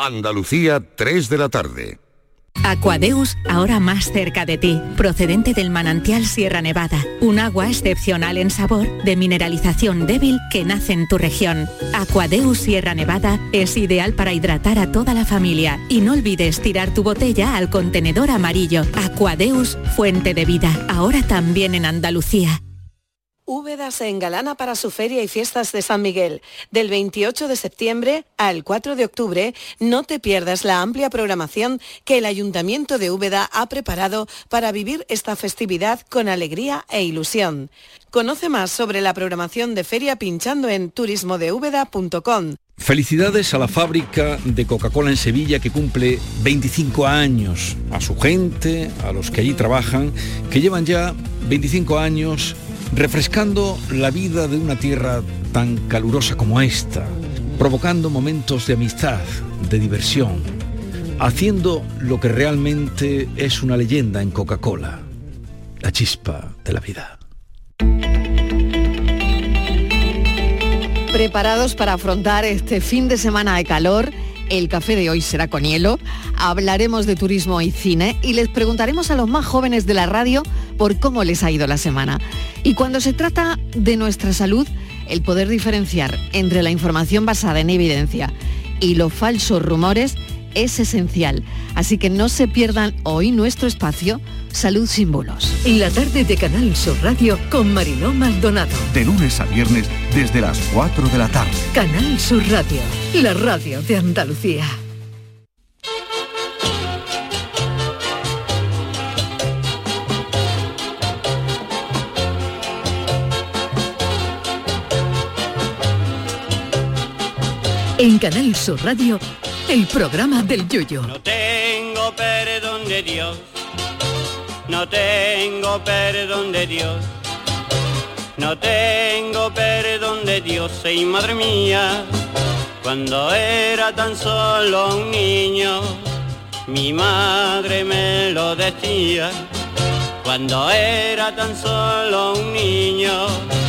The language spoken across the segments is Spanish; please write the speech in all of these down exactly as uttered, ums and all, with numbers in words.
Andalucía, tres de la tarde. Aquadeus, ahora más cerca de ti, procedente del manantial Sierra Nevada, un agua excepcional en sabor, de mineralización débil que nace en tu región. Aquadeus Sierra Nevada es ideal para hidratar a toda la familia y no olvides tirar tu botella al contenedor amarillo. Aquadeus, fuente de vida, ahora también en Andalucía. Úbeda se engalana para su feria y fiestas de San Miguel. Del veintiocho de septiembre al cuatro de octubre, no te pierdas la amplia programación que el Ayuntamiento de Úbeda ha preparado para vivir esta festividad con alegría e ilusión. Conoce más sobre la programación de feria pinchando en turismo de úbeda punto com. Felicidades a la fábrica de Coca-Cola en Sevilla, que cumple veinticinco años, a su gente, a los que allí trabajan, que llevan ya veinticinco años refrescando la vida de una tierra tan calurosa como esta, provocando momentos de amistad, de diversión, haciendo lo que realmente es una leyenda en Coca-Cola, la chispa de la vida. Preparados para afrontar este fin de semana de calor, el café de hoy será con hielo, hablaremos de turismo y cine y les preguntaremos a los más jóvenes de la radio por cómo les ha ido la semana. Y cuando se trata de nuestra salud, el poder diferenciar entre la información basada en evidencia y los falsos rumores es esencial. Así que no se pierdan hoy nuestro espacio Salud sin bulos. En la tarde de Canal Sur Radio con Mariló Maldonado. De lunes a viernes desde las cuatro de la tarde. Canal Sur Radio, la radio de Andalucía. En Canal Sur Radio, el programa del Yoyo. No tengo perdón de Dios, no tengo perdón de Dios, no tengo perdón de Dios, y madre mía, cuando era tan solo un niño, mi madre me lo decía, cuando era tan solo un niño,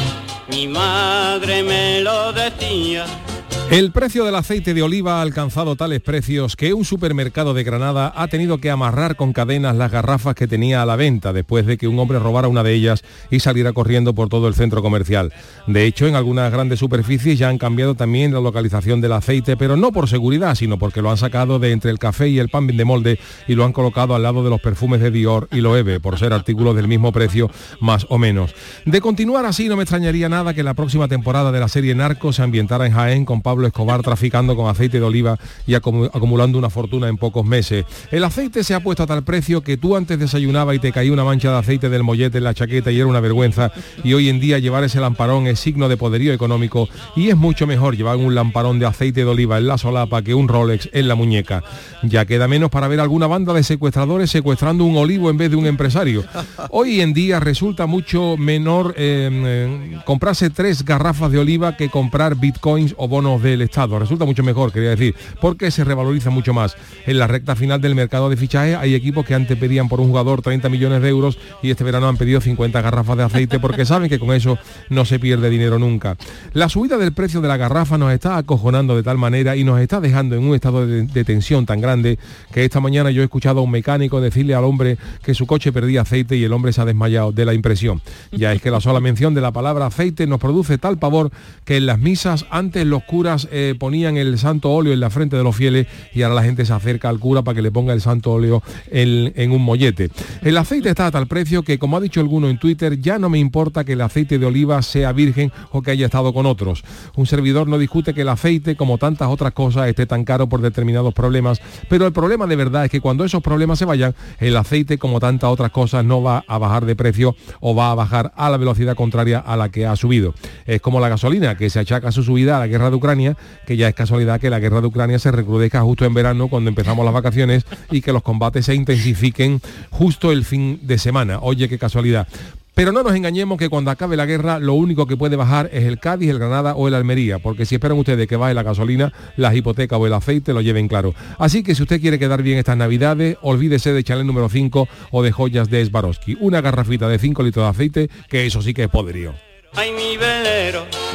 mi madre me lo decía. El precio del aceite de oliva ha alcanzado tales precios que un supermercado de Granada ha tenido que amarrar con cadenas las garrafas que tenía a la venta después de que un hombre robara una de ellas y saliera corriendo por todo el centro comercial. De hecho, en algunas grandes superficies ya han cambiado también la localización del aceite, pero no por seguridad, sino porque lo han sacado de entre el café y el pan de molde y lo han colocado al lado de los perfumes de Dior y Loewe, por ser artículos del mismo precio, más o menos. De continuar así, no me extrañaría nada que la próxima temporada de la serie Narcos se ambientara en Jaén con Pablo Escobar traficando con aceite de oliva y acumulando una fortuna en pocos meses. El aceite se ha puesto a tal precio que tú antes desayunabas y te caía una mancha de aceite del mollete en la chaqueta y era una vergüenza, y hoy en día llevar ese lamparón es signo de poderío económico y es mucho mejor llevar un lamparón de aceite de oliva en la solapa que un Rolex en la muñeca. Ya queda menos para ver alguna banda de secuestradores secuestrando un olivo en vez de un empresario. Hoy en día resulta mucho menor eh, eh, comprarse tres garrafas de oliva que comprar bitcoins o bonos del Estado. Resulta mucho mejor, quería decir, porque se revaloriza mucho más. En la recta final del mercado de fichajes hay equipos que antes pedían por un jugador treinta millones de euros y este verano han pedido cincuenta garrafas de aceite porque saben que con eso no se pierde dinero nunca. La subida del precio de la garrafa nos está acojonando de tal manera y nos está dejando en un estado de, de tensión tan grande que esta mañana yo he escuchado a un mecánico decirle al hombre que su coche perdía aceite y el hombre se ha desmayado de la impresión. Ya es que la sola mención de la palabra aceite nos produce tal pavor que en las misas antes los curas eh, ponían el santo óleo en la frente de los fieles y ahora la gente se acerca al cura para que le ponga el santo óleo en, en un mollete. El aceite está a tal precio que, como ha dicho alguno en Twitter, ya no me importa que el aceite de oliva sea virgen o que haya estado con otros. Un servidor no discute que el aceite, como tantas otras cosas, esté tan caro por determinados problemas, pero el problema de verdad es que cuando esos problemas se vayan, el aceite, como tantas otras cosas, no va a bajar de precio o va a bajar a la velocidad contraria a la que ha subido. Es como la gasolina, que se achaca su subida a la guerra de Ucrania, que ya es casualidad que la guerra de Ucrania se recrudezca justo en verano cuando empezamos las vacaciones y que los combates se intensifiquen justo el fin de semana. Oye, qué casualidad. Pero no nos engañemos que cuando acabe la guerra lo único que puede bajar es el Cádiz, el Granada o el Almería, porque si esperan ustedes que baje la gasolina, las hipotecas o el aceite lo lleven claro. Así que si usted quiere quedar bien estas navidades, olvídese de Chanel número cinco o de joyas de Swarovski. Una garrafita de cinco litros de aceite, que eso sí que es poderío. Ay, mi velero,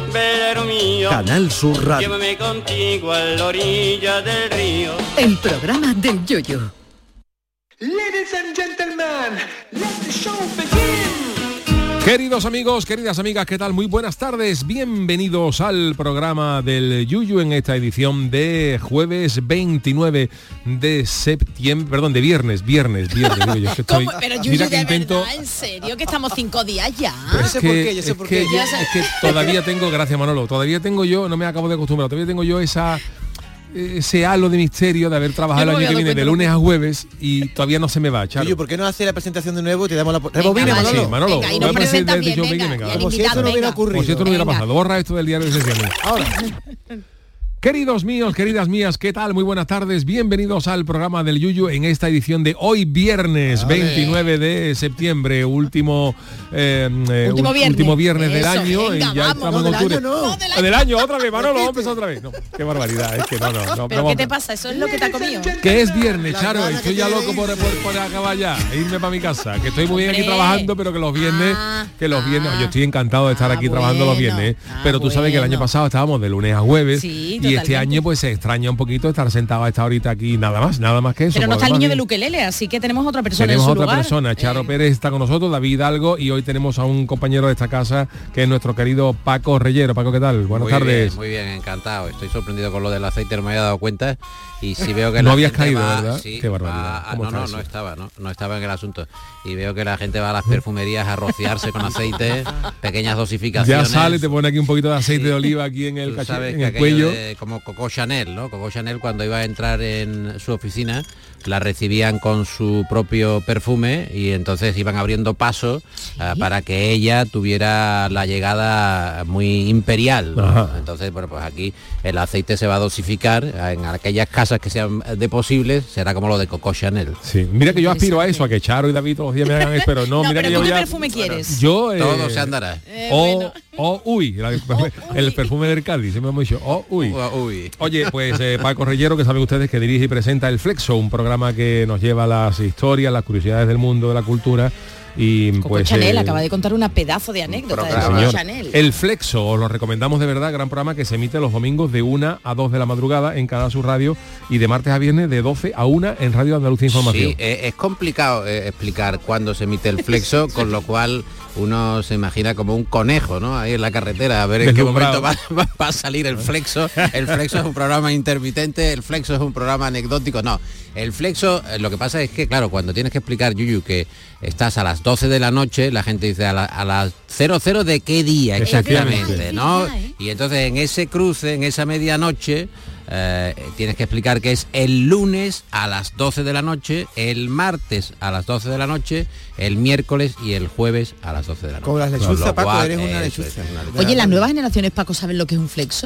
velero mío. Canal Sur Radio. Llévame contigo a la orilla del río. El programa del Yoyo. Ladies and gentlemen, let the show begin. Queridos amigos, queridas amigas, ¿qué tal? Muy buenas tardes, bienvenidos al programa del Yuyu en esta edición de jueves veintinueve de septiembre, perdón, de viernes, viernes, viernes, digo yo, que estoy, Pero Yuyu, mira que de intento, verdad, en serio, que estamos cinco días ya. pero es que, es que yo- es que todavía tengo, gracias Manolo, todavía tengo yo, no me acabo de acostumbrar, todavía tengo yo esa ese halo de misterio de haber trabajado Yo no el me año que había viene de dado lunes a jueves y todavía no se me va, Charo. Yuyu, ¿por qué no hace la presentación de nuevo? Te damos la... Rebobina, vale. Manolo. Sí, Manolo, Venga, y nos voy a pasar presenta desde bien, Show venga, Making, venga. y al Como si invitado, esto no hubiera venga. ocurrido. Como si esto no hubiera Venga. pasado. Borra esto del diario de sesiones. Ahora. Queridos míos, queridas mías, ¿qué tal? Muy buenas tardes, bienvenidos al programa del Yuyu en esta edición de hoy viernes Vale. veintinueve de septiembre, último eh, eh, Último ul- viernes. último viernes del Eso, año venga, y ya vamos. estamos No, en del octubre. año no. No, Ah, del año, otra vez, Manolo, vamos a empezar otra vez. No, qué barbaridad, es que no, no, no. ¿Pero vamos- qué te pasa? Eso es lo que te ha comido. que es viernes, Charo, gana y estoy que ya tiene loco por, por, por acabar ya, e irme para mi casa, que estoy muy bien aquí Hombre. trabajando, pero que los viernes, que los viernes, yo estoy encantado de estar aquí trabajando los bueno. viernes, Ah, pero tú sabes que el año bueno. pasado estábamos de lunes a jueves, Sí, y este totalmente. año pues se extraña un poquito estar sentado a esta horita aquí, nada más, nada más que eso. Pero no por está el lo niño demás, del ukelele, así que tenemos otra persona tenemos en su otra lugar. persona, Charo Pérez está con nosotros, David Hidalgo, y hoy tenemos a un compañero de esta casa que es nuestro querido Paco Reyero. Paco, ¿qué tal? Buenas muy tardes. Bien, muy bien, encantado. Estoy sorprendido con lo del aceite, no me había dado cuenta. Y si veo que No la habías gente caído, va- ¿verdad? sí, Qué barbaridad. va a- ¿Cómo no, está no, eso? no estaba, no, no estaba en el asunto. Y veo que la gente va a las perfumerías a rociarse con aceite, pequeñas Ya dosificaciones. sale, te pone aquí un poquito de aceite de oliva aquí en el, Tú caché- sabes en que el aquello cuello. de- como Coco Chanel, ¿no? Coco Chanel cuando iba a entrar en su oficina la recibían con su propio perfume y entonces iban abriendo paso ah, para que ella tuviera la llegada muy imperial, ¿no? Ajá. Entonces, bueno, pues aquí el aceite se va a dosificar en aquellas casas que sean de posibles, será como lo de Coco Chanel. Sí, mira que yo aspiro a eso, a que Charo y David todos los días me hagan eso, pero no, No, mira pero que ¿tú yo qué ya... perfume quieres? Yo... eh, Todo se andará. O, o, uy, la- el perfume del Cádiz, siempre hemos dicho, o, uy. Uy. Oye, pues eh, Paco Reyero, que saben ustedes que dirige y presenta El Flexo, un programa que nos lleva a las historias, las curiosidades del mundo, de la cultura, y Coco pues... Chanel eh, acaba de contar una pedazo de anécdota de Sí, Coco señor. Chanel. El Flexo, os lo recomendamos de verdad, gran programa que se emite los domingos de una a dos de la madrugada en Canal Sur Radio y de martes a viernes de doce a una en Radio Andalucía Información. Sí, eh, es complicado eh, explicar cuándo se emite el flexo, con lo cual uno se imagina como un conejo, ¿no? Ahí en la carretera, a ver en qué Deslumbrado. momento va, va- va a salir el flexo. El flexo es un programa intermitente, el flexo es un programa anecdótico. No, el flexo, eh, lo que pasa es que, claro, cuando tienes que explicar, Yuyu, que estás a las doce de la noche, la gente dice a, la- a las cero cero de qué día exactamente, ¿no? Y entonces en ese cruce, en esa medianoche, eh, tienes que explicar que es el lunes a las doce de la noche, el martes a las doce de la noche, el miércoles y el jueves a las doce de la noche. Con las Con lechuzas, lo Paco, cual, eres una eso lechuza. es una lechuza. Oye, las nuevas generaciones, Paco, ¿saben lo que es un flexo?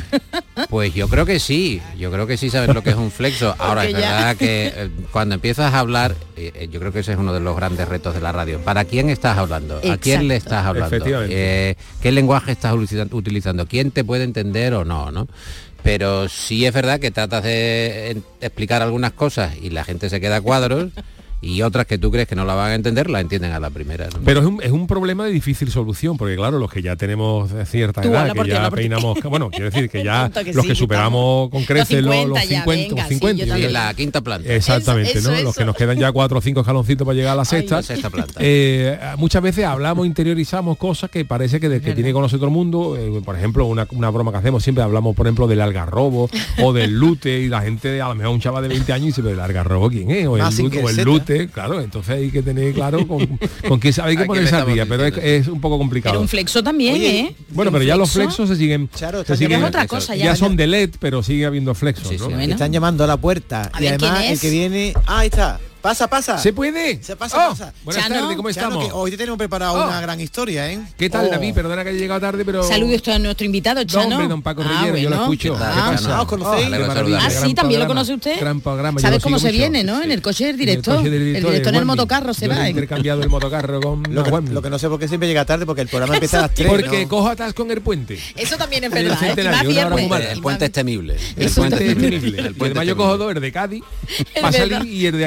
Pues yo creo que sí, yo creo que sí sabes lo que es un flexo. Ahora es Porque ya- verdad que eh, cuando empiezas a hablar, eh, eh, yo creo que ese es uno de los grandes retos de la radio. ¿Para quién estás hablando? ¿A quién le Exacto. estás hablando? Efectivamente. Eh, ¿Qué lenguaje estás utilizan- utilizando? ¿Quién te puede entender o no? ¿no? Pero sí es verdad que tratas de eh, explicar algunas cosas y la gente se queda a cuadros y otras que tú crees que no la van a entender la entienden a la primera. ¿no? Pero es un, es un problema de difícil solución, porque claro, los que ya tenemos cierta Tú, edad, habla por que ti, ya habla por ti. peinamos, bueno, quiero decir que ya Tonto que los sí, que que superamos con creces los, los cincuenta ya, cincuenta, venga, los sí, cincuenta, yo Sí, también. la quinta planta. exactamente, Eso, ¿no? eso, Los que eso. nos quedan ya cuatro o cinco escaloncitos para llegar a la sexta. La sexta planta. Eh, muchas veces hablamos, interiorizamos cosas que parece que, de, que tiene que conocer todo el mundo. Eh, por ejemplo, una, una broma que hacemos, siempre hablamos, por ejemplo, del algarrobo o del lute, y la gente, a lo mejor un chaval de veinte años dice, pero el algarrobo quién es, o el, Más sin lute, o el queseta. lute, claro, entonces hay que tener claro con, con quién sabe, hay que ¿A quién ponerse le al día, estamos pero es, diciendo? es un poco complicado. Pero un flexo también, Oye, ¿eh? Bueno, Un pero ya los flexo. flexos se siguen, Charo, se está siguen- Pero es llamando- otra cosa ya, ya. son de L E D, pero sigue habiendo flexos, Sí, ¿no? sí. Bueno. Están llamando a la puerta. A y ver, ¿quién además el es? que viene... Ah, ahí está. Pasa, pasa. ¿Se puede? Se pasa, Oh, pasa. buenas Chano, tardes, ¿cómo Chano, estamos? que hoy te tenemos preparado Oh. una gran historia, ¿eh? ¿Qué tal, Oh. David? Perdona que haya llegado tarde, pero... Saludos a nuestro invitado, No, Chano. hombre, don Paco Ah, Reyero, yo lo bueno. escucho. ¿Qué ¿Qué tal, pasa? Chano? ¿os conocéis? qué Alegre maravilla, Ah, qué sí, gran también lo programa, conoce usted. Gran programa. yo ¿Sabes lo cómo sigo se mucho. viene, no? En el coche del director. En el coche del El director, director en el Juanmi. motocarro se Yo le va. he intercambiado el motocarro con Lo que, Juanmi. lo que no sé por qué siempre llega tarde, porque el programa empieza a las tres. Porque ¿no? cojo atasco en el puente. Eso también es En el verdad. ¿eh? Y centenario, más una hora muy viernes. mala. El puente es temible. El El puente puente es es temible. temible. El Y puente además es yo cojo temible. dos, el de Cádiz Es para verdad. salir y el de aquí para llegar.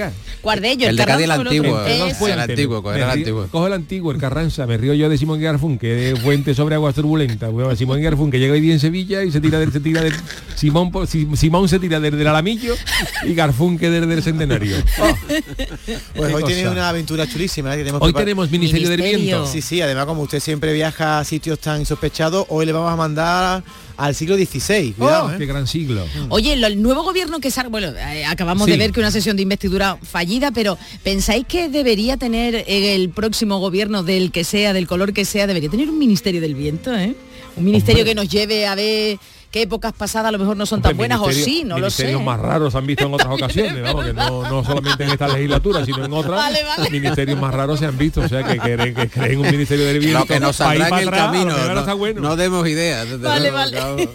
diga. ¿Cuál de ellos? El de Cádiz, el antiguo. Entre dos El fuentes. antiguo, coge Me el río- antiguo. Coge el antiguo, el Carranza. Me río yo de Simón Garfún, que de Fuente sobre aguas turbulentas. Bueno, Simón Garfún, que llega hoy día en Sevilla y se tira del, se tira del Simón, po- Si- Simón se tira desde el Alamillo y Garfún que desde el Centenario. Oh, Pues qué hoy tiene cosa. una aventura chulísima. ¿eh? Que tenemos Hoy prepar- tenemos Ministerio del Viento. Sí, sí, además como usted siempre viaja a sitios tan insospechados, hoy le vamos a mandar al siglo dieciséis. Cuidado, Oh, ¿eh? qué gran siglo. Oye, lo- el nuevo gobierno que sale, bueno, eh, acabamos Sí. de ver que una sesión de investidura fallida, pero ¿pensáis que debería tener eh, el próximo gobierno del que sea, del color que sea, debería tener un ministerio del viento, eh? Un ministerio Hombre. que nos lleve a ver qué épocas pasadas a lo mejor no son tan Hombre, buenas o ministerio- sí, no lo sé. Ministerios más raros se han visto en otras ocasiones, vamos, que no, no solamente en esta legislatura, sino en otras. Vale, vale. Ministerios más raros se han visto, o sea, que creen, que creen un ministerio del viento. Lo que nos pa' ir saldrá pa' en el atrás, camino. lo que ahora No, está bueno. no demos ideas. desde Vale, luego, vale. no.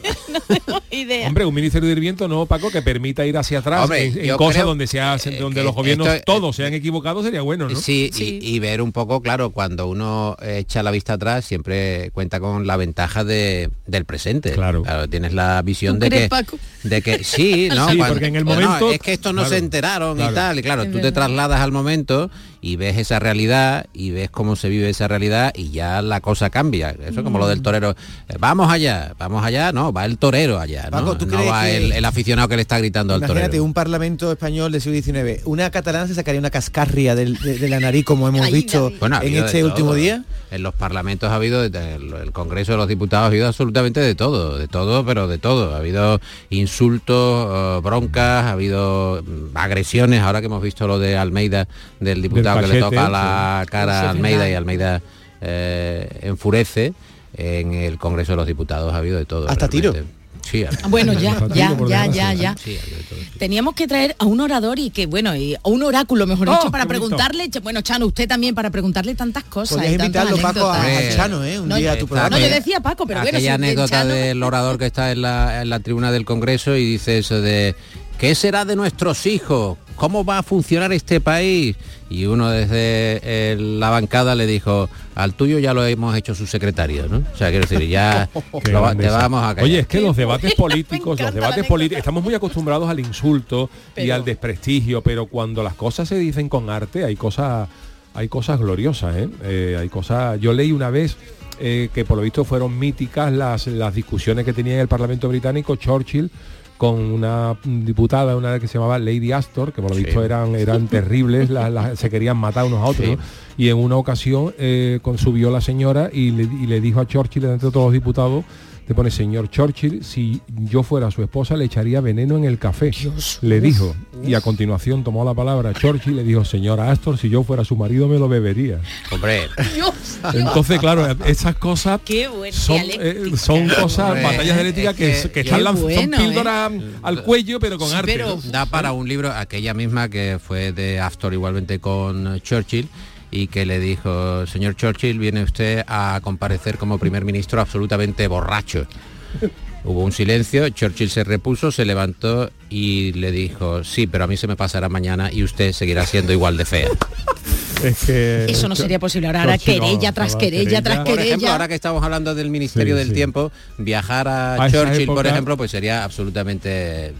Idea. Hombre, un ministerio del viento no, Paco, que permita ir hacia atrás Hombre, en, en yo cosas creo, donde se hacen, eh, donde que los gobiernos esto- todos se han equivocado sería bueno, ¿no? Sí, Sí. Y, y ver un poco, claro, cuando uno echa la vista atrás siempre cuenta con la ventaja de, del presente. Claro. Tienes la visión ¿Tú de crees, que, Paco? de que sí, ¿no? Sí, Cuando- porque en el bueno, momento- es que estos no claro, se enteraron claro. y tal, y claro, Es tú te verdad. trasladas al momento y ves esa realidad y ves cómo se vive esa realidad y ya la cosa cambia. Eso como lo Mm. del torero. Eh, Vamos allá, vamos allá, no, va el torero allá, ¿no? Paco, ¿tú no crees va que- el, el aficionado que le está gritando al Imagínate torero. un parlamento español del siglo diecinueve. Una catalana se sacaría una cascarria del- de, de la nariz, como hemos Ay, visto David. Bueno, ha en habido este de último todo. día. En los parlamentos ha habido, el, el Congreso de los Diputados ha habido absolutamente de todo, de todo, pero de todo. Ha habido insultos, eh, broncas, ha habido mm, agresiones, ahora que hemos visto lo de Almeida, del diputado que le cachete, toca la cara Sí, a es Almeida verdad. y Almeida eh, enfurece. En el Congreso de los Diputados ha habido de todo. Hasta tiro. realmente. Sí, ha- Bueno, ya, Fatigo, ya, por ya, desgracia. ya, ya. sí, ha habido de todo, sí. Teníamos que traer a un orador y que, bueno, y a un oráculo, mejor Oh, dicho, para qué bonito. preguntarle, Ch- bueno, Chano, usted también, para preguntarle tantas cosas. Podrías y tantas invitarlo, Paco, a, anécdotas. a Chano, ¿eh? Un No, día a tu está programa. No, yo aquella- decía Paco, pero bueno, aquella si anécdota Chano- del orador que está en la, en la tribuna del Congreso y dice eso de ¿qué será de nuestros hijos? ¿Cómo va a funcionar este país? Y uno desde el- la bancada le dijo, al tuyo ya lo hemos hecho su secretario, ¿no? O sea, quiero decir, ya Qué lo va- te grandeza. vamos a callar. Oye, es que los debates bueno, me políticos, encanta los la debates anécdota. políticos, estamos muy acostumbrados al insulto y Pero- al desprestigio, pero cuando las cosas se dicen con arte, hay cosas, hay cosas gloriosas, ¿eh? Eh, hay cosas. Yo leí una vez eh, que por lo visto fueron míticas las, las discusiones que tenía en el Parlamento británico Churchill con una diputada, una que se llamaba Lady Astor, que por lo Sí. visto eran, eran terribles, la- la- se querían matar unos a otros, Sí. ¿no? Y en una ocasión eh, con- subió la señora y le, y le dijo a Churchill, entre todos los diputados, te pone, señor Churchill, si yo fuera su esposa le echaría veneno en el café. Le dijo. Y a continuación tomó la palabra Churchill y le dijo, señora Astor, si yo fuera su marido me lo bebería. Hombre, Dios, Entonces, claro, esas cosas qué buen son, dialéctica. eh, son cosas, Hombre, batallas dialécticas es que, que- que qué están lanz- bueno, son píldoras al cuello, pero con Sí, arte. pero- ¿no? da para un libro, aquella misma que fue de Astor igualmente con Churchill, y que le dijo, señor Churchill, viene usted a comparecer como primer ministro absolutamente borracho. Hubo un silencio, Churchill se repuso, se levantó y le dijo, sí, pero a mí se me pasará mañana y usted seguirá siendo igual de fea. Es que Eso no sería posible. Ahora, ahora Churchill, no, querella tras no, querella tras Por ejemplo, querella. ahora que estamos hablando del Ministerio Sí, del sí. Tiempo, viajar a, A esa Churchill, por época- ejemplo, pues sería absolutamente eh,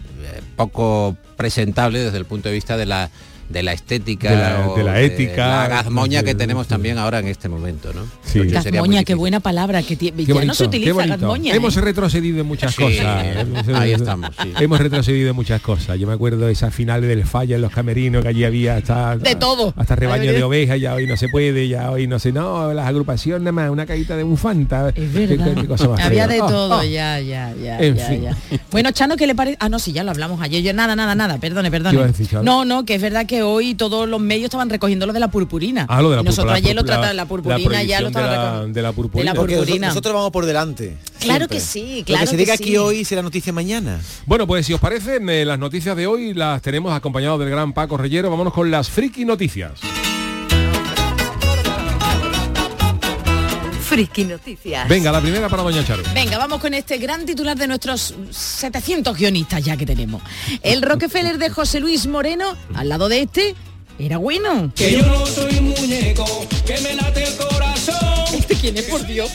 poco presentable desde el punto de vista de la de la estética, De la- o de la ética, la gazmoña que sí, tenemos sí. también ahora en este momento, ¿no? Sí. Churchill sería muy Gazmoña, qué difícil. buena palabra que tiene. Qué Ya bonito, no se qué utiliza bonito. gazmoña. Hemos ¿eh? retrocedido en muchas Sí, cosas. ahí estamos, sí. Hemos retrocedido en muchas cosas. Yo me acuerdo de esa final del Falla en los camerinos, que allí había hasta De todo. hasta rebaño Había- de ovejas, ya hoy no se puede, ya hoy no sé, no, las agrupaciones nada más, una caída de bufanta. Es verdad. Qué- qué cosa más Había fea. de Oh, todo, oh. ya, ya, ya, En ya, fin. ya. Bueno, Chano, ¿qué le parece? Ah, no, sí, ya lo hablamos ayer. Yo, nada, nada, nada, perdone, ¿Qué perdone. ibas a decir, Chano? No, no, que es verdad que hoy todos los medios estaban recogiendo lo de la purpurina. Ah, lo de la Y nosotros purpura, ayer lo la- tratamos, la la purpurina ya lo prohibición de estaba la- recogiendo. de la purpurina. De la Porque nosotros, purpurina. nosotros vamos por delante. Claro siempre. que sí, Lo claro que se que diga sí. aquí hoy será noticia mañana. Bueno, pues si os parece, eh, las noticias de hoy las tenemos acompañados del gran Paco Reyero. Vámonos con las friki noticias. Friki Noticias. Venga, la primera para Doña Charo. Venga, vamos con este gran titular de nuestros setecientos guionistas ya que tenemos. El Rockefeller de José Luis Moreno, al lado de este, era bueno. Que yo no soy un muñeco, que me late el corazón. ¿Este quién es, por Dios?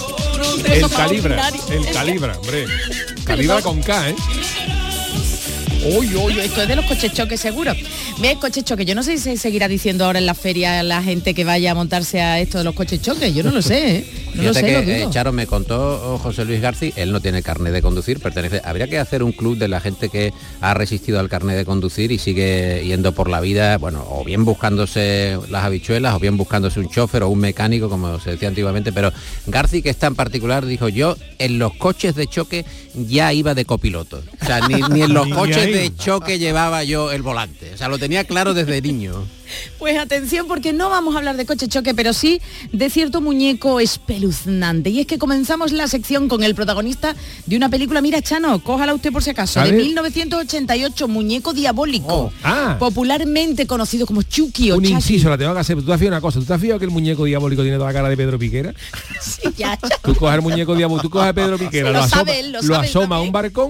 El calibra, el calibra, hombre. Calibra con K, ¿eh? Uy, uy, esto es de los coches choques seguro. Ve, el coche choque, yo no sé si se seguirá diciendo ahora en la feria la gente que vaya a montarse a esto de los coches choques, yo no lo sé, ¿eh? No Fíjate lo sé, que lo dudo. eh, Charo me contó José Luis García, él no tiene carnet de conducir, pertenece, habría que hacer un club de la gente que ha resistido al carnet de conducir y sigue yendo por la vida, bueno, o bien buscándose las habichuelas, o bien buscándose un chofer o un mecánico, como se decía antiguamente, pero García, que está en particular, dijo, yo en los coches de choque ya iba de copiloto, o sea, ni, ni en los Ni coches ahí. de choque llevaba yo el volante, o sea, lo tenía claro desde niño. Pues atención, porque no vamos a hablar de coche choque, pero sí de cierto muñeco espeluznante. Y es que comenzamos la sección con el protagonista de una película, mira, Chano, cójala usted por si acaso, de ¿Sabe? mil novecientos ochenta y ocho, Muñeco Diabólico, Oh, ah. popularmente conocido como Chucky o Un Chucky. inciso, la tengo que hacer. Tú te has fijado una cosa, ¿tú te has fijado que el muñeco diabólico tiene toda la cara de Pedro Piquera? Sí, ya, ya. Tú coges el muñeco diabólico, tú coges a Pedro Piquera, Sí, lo, lo asoma, sabe él, lo lo sabe él asoma a también. un barcón,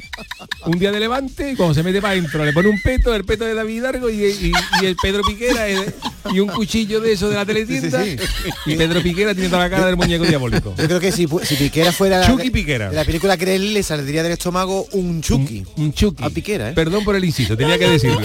un día de levante, y cuando se mete para adentro le pone un peto, el peto de David Hidalgo y, y- y el Pedro Piquera es- y un cuchillo de eso de la teletienda, Sí, sí, y Pedro Piquera tiene toda la cara del muñeco diabólico. Yo creo que si, fu- si Piquera fuera la, Chucky Piquera. de la película que él le saldría del estómago un Chucky. Un Chucky. A Piquera, ¿eh? Perdón por el inciso, tenía que decirlo.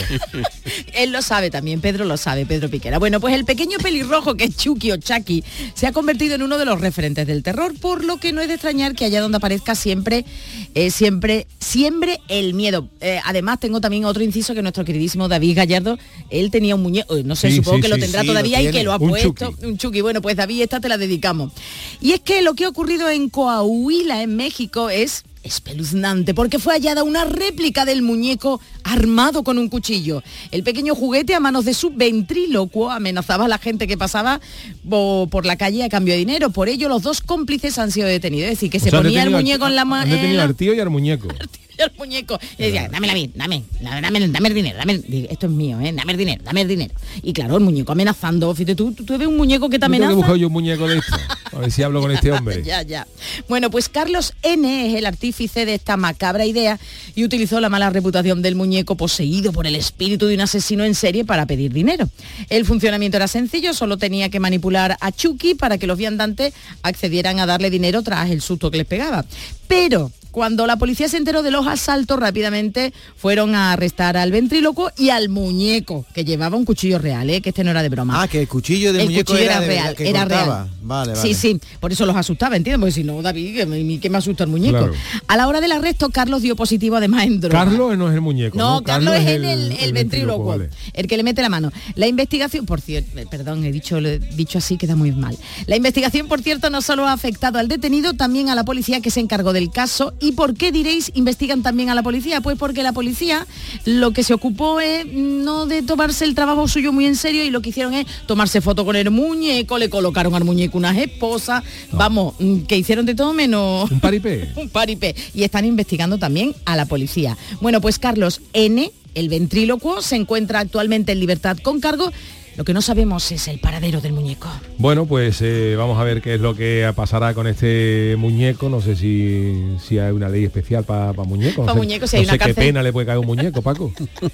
Él lo sabe también, Pedro lo sabe, Pedro Piquera. Bueno, pues el pequeño pelirrojo que es Chucky o Chucky se ha convertido en uno de los referentes del terror, por lo que no es de extrañar que allá donde aparezca siempre, eh, siempre, siempre el miedo. Eh, además tengo también otro inciso que nuestro queridísimo David Gallardo, él tenía un muñeco, eh, no sé, Sí, supongo sí, que lo sí, tendrá sí, todavía lo y que tiene. lo ha Un puesto, Chucky. un Chucky. Bueno, pues David, esta te la dedicamos. Y es que lo que ha ocurrido en Coahuila, en México, es espeluznante, porque fue hallada una réplica del muñeco armado con un cuchillo. El pequeño juguete a manos de su ventrílocuo amenazaba a la gente que pasaba po- por la calle a cambio de dinero. Por ello, los dos cómplices han sido detenidos. Es decir, que O se sea, han ponía el detenido al- muñeco en la han mano. detenido al tío y al muñeco. El muñeco y decía, dámela a mí, dame, dame, dame, dame el dinero, dame, el- esto es mío, ¿eh? Dame el dinero, dame el dinero. Y claro, el muñeco amenazando, fíjate, tú, tú, tú ves un muñeco que te Yo tengo que amenaza. buscar yo un muñeco de esto, a ver si hablo con este hombre. Ya, ya. Bueno, pues Carlos N. es el artífice de esta macabra idea y utilizó la mala reputación del muñeco poseído por el espíritu de un asesino en serie para pedir dinero. El funcionamiento era sencillo, solo tenía que manipular a Chucky para que los viandantes accedieran a darle dinero tras el susto que les pegaba. Pero cuando la policía se enteró de los asaltos, rápidamente fueron a arrestar al ventrílocuo y al muñeco, que llevaba un cuchillo real, ¿eh? Que este no era de broma. Ah, que el cuchillo del El muñeco cuchillo era, era de verdad, real, que era cortaba. real. Vale, vale. Sí, sí, por eso los asustaba, ¿entiendes? Porque si no, David, ¿qué me, qué me asusta el muñeco? Claro. A la hora del arresto, Carlos dio positivo además en droga. Carlos no es el muñeco. No, No, Carlos, es el, el, el ventrílocuo, vale. el que le mete la mano. La investigación, por cierto, eh, perdón, he dicho, lo he dicho así, queda muy mal. La investigación, por cierto, no solo ha afectado al detenido, también a la policía que se encargó del caso. ¿Y por qué, diréis, investigan también a la policía? Pues porque la policía lo que se ocupó es no de tomarse el trabajo suyo muy en serio, y lo que hicieron es tomarse foto con el muñeco, le colocaron al muñeco unas esposas, vamos, mm, que hicieron de todo menos... Un paripé. un paripé. Y están investigando también a la policía. Bueno, pues Carlos N., el ventrílocuo, se encuentra actualmente en libertad con cargo. Lo que no sabemos es el paradero del muñeco. Bueno, pues eh, vamos a ver qué es lo que pasará con este muñeco. No sé si, si hay una ley especial para muñecos. Pa' no sé, muñecos, si no hay una sé qué cárcel. pena le puede caer a un muñeco, Paco.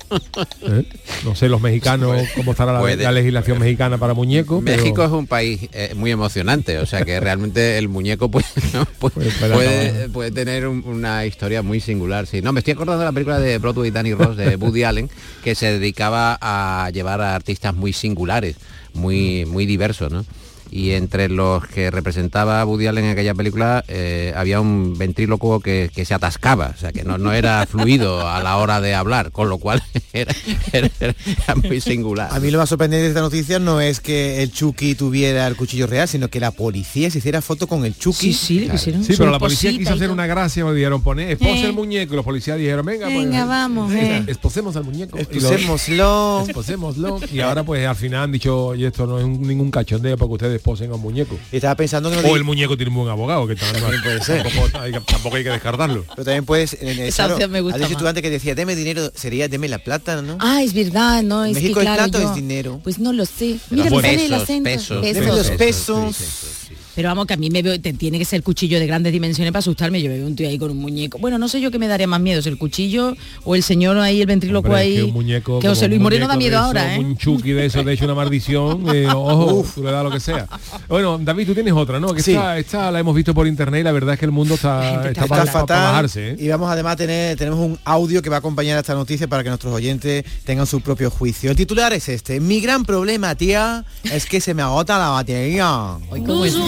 ¿Eh? No sé los mexicanos, cómo estará la, Puede. la legislación mexicana para muñecos. México pero- es un país eh, muy emocionante, o sea que realmente el muñeco puede, ¿no? Pu- Puede- puede puede, acabar. puede tener un- una historia muy singular. Sí. No, me estoy acordando de la película de Broadway Danny Ross de Woody Allen, que se dedicaba a llevar a artistas muy singulares, muy, muy diversos, ¿no? Y entre los que representaba Woody Allen en aquella película eh, había un ventrílocuo que, que se atascaba, o sea que no, no era fluido a la hora de hablar, con lo cual era, era- era muy singular. A mí lo más sorprendente de esta noticia no es que el Chucky tuviera el cuchillo real, sino que la policía se hiciera foto con el Chucky. Sí, sí, le pusieron Sí, su pero la policía esposita quiso y hacer todo. una gracia, me dijeron poner, esposa Eh. el muñeco, y los policías dijeron, venga, pues, Venga, vamos, eh. esposemos al muñeco. Y lo- Esposémoslo. Esposémoslo. Y ahora pues al final han dicho, oye, esto no es un- ningún cachondeo para que ustedes esposen a un muñeco. Y estaba pensando que no O el muñeco tiene un buen abogado, que también puede ser. Tampoco hay, que- tampoco hay que descartarlo. Pero también puedes... En el, Esa opción me gusta has dicho más. tú antes que decía, deme dinero, sería deme la plata, ¿no? Ah, es verdad, no, ¿En es México que el claro, plato yo- es dinero? Pues no lo sé. Pero Mira, me pesos, sale el acento. pesos, Deme los pesos, pesos. sí, sí, sí. Pero vamos, que a mí me veo, te, tiene que ser cuchillo de grandes dimensiones para asustarme. Yo me veo un tío ahí con un muñeco. Bueno, no sé yo qué me daría más miedo, si el cuchillo o el señor ahí, el ventríloco Hombre, ahí. que, un muñeco, que José Luis Moreno da miedo eso, ahora, ¿eh? Un chuki de eso, de hecho una maldición. Eh, ojo, Uf. tú le das lo que sea. Bueno, David, tú tienes otra, ¿no? Que sí. esta, esta la hemos visto por internet y la verdad es que el mundo está, está, está para, fatal. para bajarse, ¿eh? Y vamos además a tener, tenemos un audio que va a acompañar a esta noticia para que nuestros oyentes tengan su propio juicio. El titular es este: mi gran problema, tía, es que se me agota la batería. Hoy cómo está.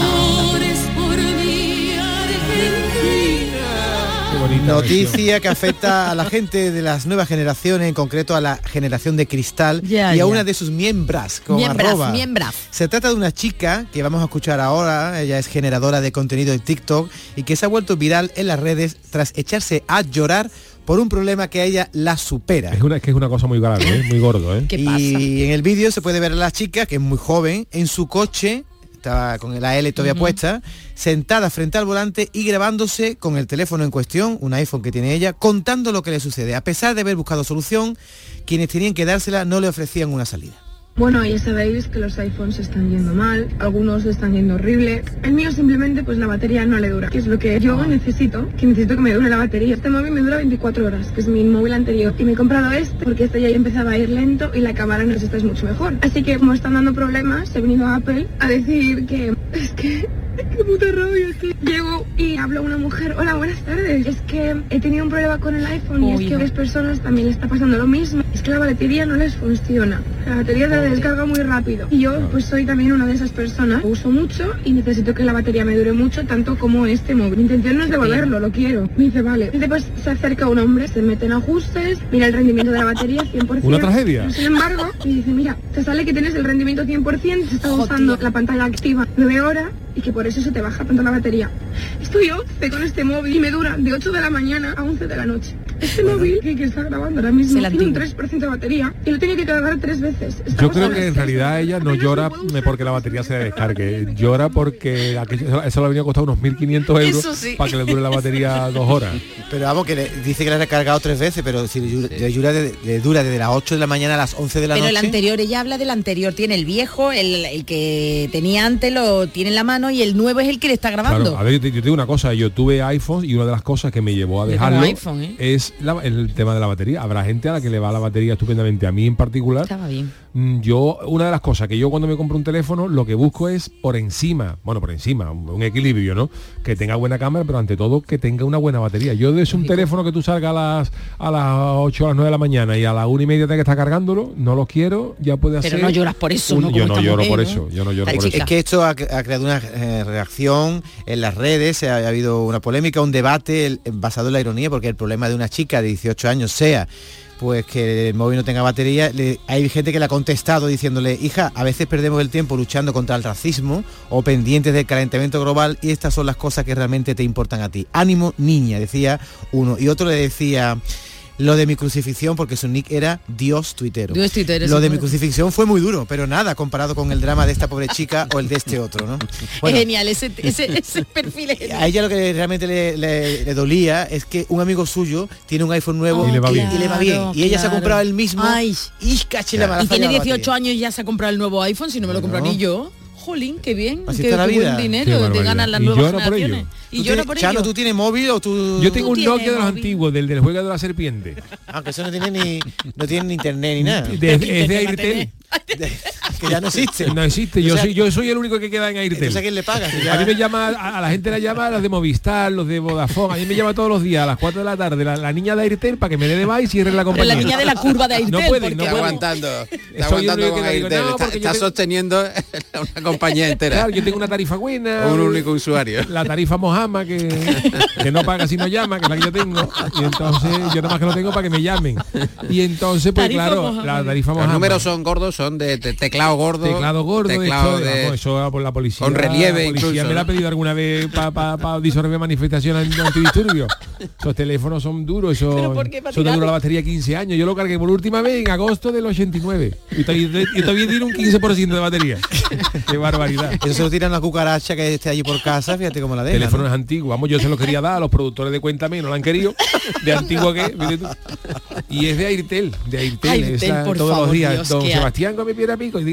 Noticia que afecta a la gente de las nuevas generaciones, en concreto a la generación de cristal ya, y a ya. una de sus miembras con miembras, arroba. Miembras. Se trata de una chica que vamos a escuchar ahora. Ella es generadora de contenido en TikTok y que se ha vuelto viral en las redes tras echarse a llorar por un problema que a ella la supera. Es una, es que es una cosa muy grave, ¿eh? Muy gordo, ¿eh? ¿Qué y pasa? en el vídeo se puede ver a la chica, que es muy joven, en su coche, estaba con la L todavía uh-huh. puesta, sentada frente al volante y grabándose con el teléfono en cuestión, un iPhone que tiene ella, contando lo que le sucede. A pesar de haber buscado solución, quienes tenían que dársela no le ofrecían una salida. Bueno, ya sabéis que los iPhones están yendo mal, algunos están yendo horrible. El mío simplemente, pues la batería no le dura, que es lo que yo necesito, que necesito que me dure la batería. Este móvil me dura veinticuatro horas, que es mi móvil anterior. Y me he comprado este porque este ya empezaba a ir lento y la cámara en esta es mucho mejor. Así que como están dando problemas, he venido a Apple a decir que es que... ¡Qué puta rabia! Que llego y hablo a una mujer. Hola, buenas tardes. Es que he tenido un problema con el iPhone y Uy. es que a varias personas también les está pasando lo mismo. Es que la batería no les funciona. La batería se descarga muy rápido. Y yo pues soy también una de esas personas. Lo uso mucho y necesito que la batería me dure mucho, tanto como este móvil. Mi intención no es devolverlo, lo quiero. Me dice, vale. Después se acerca un hombre, se mete en ajustes, mira el rendimiento de la batería cien por ciento. Una tragedia. Pero, sin embargo, me dice, mira, te sale que tienes el rendimiento cien por ciento, se está usando la pantalla activa nueve horas y que por eso se te baja tanto la batería. Estoy once con este móvil y me dura de ocho de la mañana a once de la noche. Este bueno. móvil que, que está grabando ahora mismo tiene un tres por ciento de batería y lo tenía que cargar tres veces. Estamos Yo creo que en realidad ella no llora porque la batería se descargue, llora porque aquello, eso le habría costado unos mil quinientos euros sí. para que le dure la batería dos horas. Pero vamos, que le, dice que le ha recargado tres veces, pero si le, sí. le, dura, de, le dura desde las ocho de la mañana a las once de la pero noche. Pero el anterior, ella habla del anterior, tiene el viejo, el, el que tenía antes lo tiene en la mano y el nuevo es el que le está grabando. Claro, a ver, yo te, yo te digo una cosa, yo tuve iPhone y una de las cosas que me llevó a dejarlo iPhone, ¿eh? es la, el tema de la batería. Habrá gente a la que le va la batería estupendamente, a mí en particular. Estaba bien. Yo, una de las cosas que yo cuando me compro un teléfono, lo que busco es por encima, bueno, por encima, un, un equilibrio, ¿no? Que tenga buena cámara, pero ante todo que tenga una buena batería. Yo es un teléfono que tú salgas a las a las ocho, a las nueve de la mañana y a las una y media te que estar cargándolo, no lo quiero, ya puede hacer. Pero no lloras por eso, un, ¿no? Yo no lloro mujer, por ¿no? eso, yo no lloro por es eso. Es que esto ha, ha creado una eh, reacción en las redes, ha, ha habido una polémica, un debate el, basado en la ironía, porque el problema de una chica de dieciocho años sea pues que el móvil no tenga batería, le, hay gente que le ha contestado diciéndole, hija, a veces perdemos el tiempo luchando contra el racismo o pendientes del calentamiento global y estas son las cosas que realmente te importan a ti. Ánimo, niña, decía uno. Y otro le decía, lo de mi crucifixión, porque su nick era Dios tuitero. Dios tuitero lo de puede. mi crucifixión fue muy duro, pero nada comparado con el drama de esta pobre chica o el de este otro, ¿no? Bueno, es genial, ese, ese, ese perfil es genial. A ella lo que realmente le, le, le dolía es que un amigo suyo tiene un iPhone nuevo oh, y, le va claro, bien. y le va bien. Y ella claro. se ha comprado el mismo. Ay. Y caché la mala. Y tiene dieciocho años y ya se ha comprado el nuevo iPhone, si no me lo compro ni yo. Jolín, qué bien, así qué, la qué vida. buen dinero, te ganan las nuevas generaciones. Y llora por ello. Chano, ¿tú tienes móvil o tú...? Yo tengo un Nokia de los antiguos, del del juego de la serpiente. Aunque eso no tiene ni no tiene ni internet ni nada. De, es de Airtel. De, que ya no existe. No existe, yo, o sea, soy, yo soy el único que queda en Airtel. Entonces, ¿a quién le pagas? A mí me llama, a, a la gente la llama a los de Movistar, los de Vodafone, a mí me llama todos los días a las cuatro de la tarde la, la niña de Airtel para que me dé de va y cierre la compañía. Pero la niña de la curva de Airtel. No pueden, no está pueden. aguantando, está aguantando con Airtel, digo, no, está, está tengo... sosteniendo una compañía entera. Claro, yo tengo una tarifa buena. Un único usuario. La tarifa Mojama que, que no paga si no llama, que es la que yo tengo. Y entonces yo nada más que lo tengo para que me llamen. Y entonces, pues tarifa claro, Mojama. La tarifa Mojama. Los números son gordos, son de, de teclado gordo. Teclado gordo, teclado esto, de, vamos, eso por la policía. Con relieve la policía incluso. me la ha pedido alguna vez para pa, pa disolver manifestaciones antidisturbios. Esos teléfonos son duros, eso, eso te dura la batería quince años. Yo lo cargué por última vez en agosto del ochenta y nueve. Y todavía, y todavía tiene un quince por ciento de batería. Qué barbaridad. Eso se lo tiran a cucaracha que esté allí por casa, fíjate cómo la deja. Teléfono ¿no? es antiguo. Vamos, yo se lo quería dar a los productores de Cuéntame, no lo han querido. De antiguo que, y es de Airtel, de Airtel, Airtel esa, por todos favor, los días. Dios, Don que Sebastián come piedra pico y diga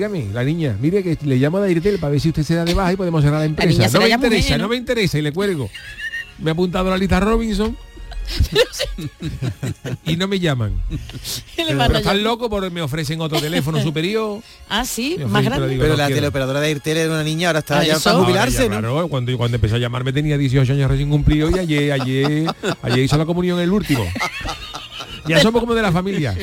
dígame, la niña, mire que le llamo a Airtel para ver si usted se da de baja y podemos cerrar la empresa. niña No será me ya interesa, mujer, ¿no? no me interesa y le cuelgo. Me ha apuntado a la lista Robinson y no me llaman. Pero, pero están locos porque me ofrecen otro teléfono superior. Ah, sí, Me más ofrecen, grande. digo, Pero no la quiero. teleoperadora de Airtel era una niña, ahora está ¿Ah, ya eso? para Ahora jubilarse, ya, ¿no? claro, cuando, cuando empezó a llamarme tenía dieciocho años recién cumplidos y ayer, ayer, ayer hizo la comunión el último. Ya somos como de la familia.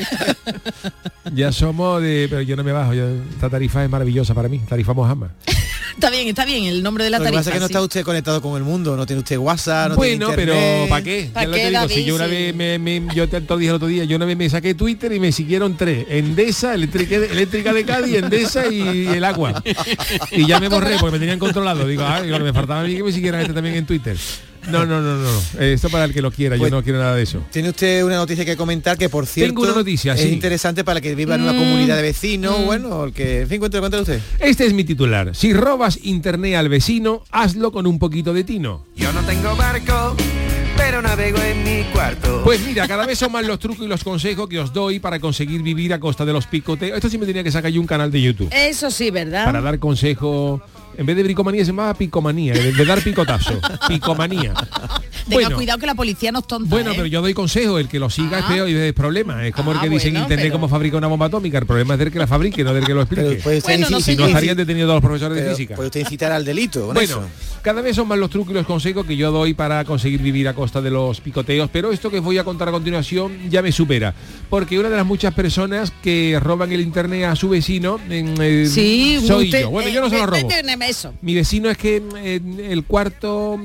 Ya somos de... Pero yo no me bajo. Yo, esta tarifa es maravillosa para mí. Tarifa Mohammed. Está bien, está bien el nombre de la Lo que tarifa. pasa es que no sí. está usted conectado con el mundo, no tiene usted WhatsApp, no Bueno, tiene pero internet. ¿para qué? ¿Pa' Ya lo qué, te digo, David? si yo una Sí. vez me, me- yo te, te dije el otro día, yo una vez me saqué Twitter y me siguieron tres, Endesa, eléctrica, eléctrica de Cádiz, Endesa y el agua. Y ya me borré porque me tenían controlado. Digo, ah, lo que me faltaba a mí que me siguieran este también en Twitter. No, no, no, no. Esto para el que lo quiera, Pues, yo no quiero nada de eso. Tiene usted una noticia que comentar que, por cierto, Tengo una noticia, es sí. interesante para el que viva en una Mm. comunidad de vecinos, Mm. bueno, el que, en fin, cuéntelo, cuéntelo usted. Este es mi titular. Si robas internet al vecino, hazlo con un poquito de tino. Yo no tengo barco, pero navego en mi cuarto. Pues mira, cada vez son más los trucos y los consejos que os doy para conseguir vivir a costa de los picoteos. Esto sí me tenía que sacar yo un canal de YouTube. Eso sí, ¿verdad? Para dar consejos. En vez de bricomanía se llamaba picomanía, de, de dar picotazo. Picomanía. Tenga Bueno, cuidado que la policía nos tonta. Bueno, ¿eh? pero yo doy consejo, el que lo siga es Ah. peor y es problema. Es como el Ah, que dice en bueno, internet pero- cómo fabrica una bomba atómica. El problema es del que la fabrique, no del que lo explique. Pero puede usted Bueno, no inci- sé si no yo. estarían detenidos todos los profesores de pero física. puede usted incitar al delito con Bueno, eso. cada vez son más los trucos y los consejos que yo doy para conseguir vivir a costa de los picoteos, pero esto que os voy a contar a continuación ya me supera, porque una de las muchas personas que roban el internet a su vecino en, eh, Sí, soy usted- yo. Bueno, eh, yo no se lo eh, robo. eh, eh, Eso. Mi vecino es que eh, el cuarto...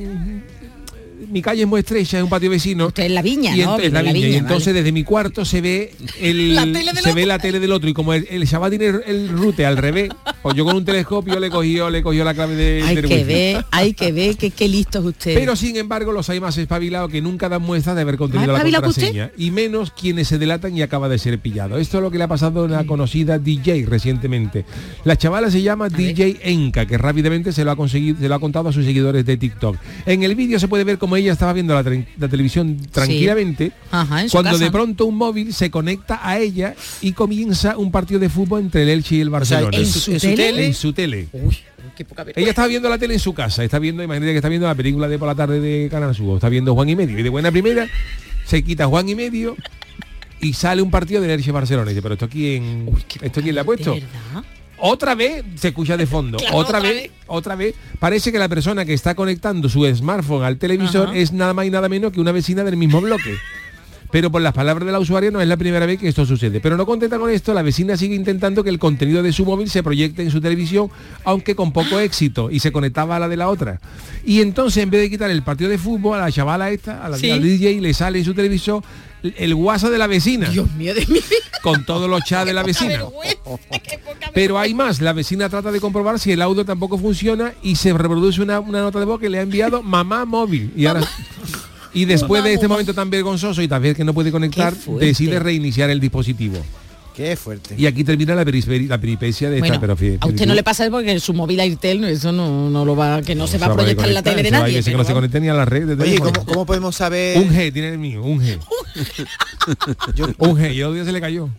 Mi calle es muy estrecha, es un patio vecino. Usted es la viña, y ¿no? ent- es la Vive en la viña, y viña, entonces vale. desde mi cuarto se ve el La tele del se ve otro. la tele del otro y como el, el chaval tiene el, el rute al revés, pues yo con un telescopio le cogió le cogió la clave de, Hay del que wifi. ver, hay que ver que qué listos ustedes. Pero sin embargo los hay más espabilados que nunca dan muestras de haber contenido ¿Más la espabilado que contraseña y menos quienes se delatan y acaba de ser pillado. Esto es lo que le ha pasado a una conocida D J recientemente. La chavala se llama D J Enka, que rápidamente se lo ha conseguido, se lo ha contado a sus seguidores de TikTok. En el vídeo se puede ver cómo ella estaba viendo la, tre- la televisión tranquilamente, Ajá, en su cuando casa. de pronto un móvil se conecta a ella y comienza un partido de fútbol entre el Elche y el Barcelona. ¿en su- en su tele? En su tele. Qué poca vergüenza. Ella estaba viendo la tele en su casa, está viendo, imagínate que está viendo la película de por la tarde de Canal Sur, está viendo Juan y Medio, y de buena primera se quita Juan y Medio y sale un partido del Elche Barcelona. Y dice, pero esto quién, esto quién le ha puesto. ¿De verdad? Otra vez se escucha de fondo, Claro, otra, otra vez, vez. otra vez. Parece que la persona que está conectando su smartphone al televisor Ajá. es nada más y nada menos que una vecina del mismo bloque. Pero por las palabras de la usuaria no es la primera vez que esto sucede. Pero no contenta con esto, la vecina sigue intentando que el contenido de su móvil se proyecte en su televisión, aunque con poco éxito, y se conectaba a la de la otra. Y entonces, en vez de quitar el partido de fútbol, a la chavala esta, a la, Sí. al D J, le sale en su televisor el WhatsApp de la vecina. Dios mío de mi vida. Con todos los chats de la vecina. Pero hay más, la vecina trata de comprobar si el audio tampoco funciona y se reproduce una, una nota de voz que le ha enviado mamá móvil. Y ahora y después de este momento tan vergonzoso y también que no puede conectar, Qué fuerte. decide reiniciar el dispositivo. Qué fuerte. Y aquí termina la, peripe- la peripecia de Bueno, esta, pero fíjate, a usted no le pasa eso porque su móvil Airtel, eso no, no lo va, que no, se va a proyectar en la tele de Eso hay nadie. veces que no se pero conecta ni a la red de Oye, teléfono. ¿cómo, cómo podemos saber? Un G tiene el mío, un G. Yo- Un G, y el otro día se le cayó.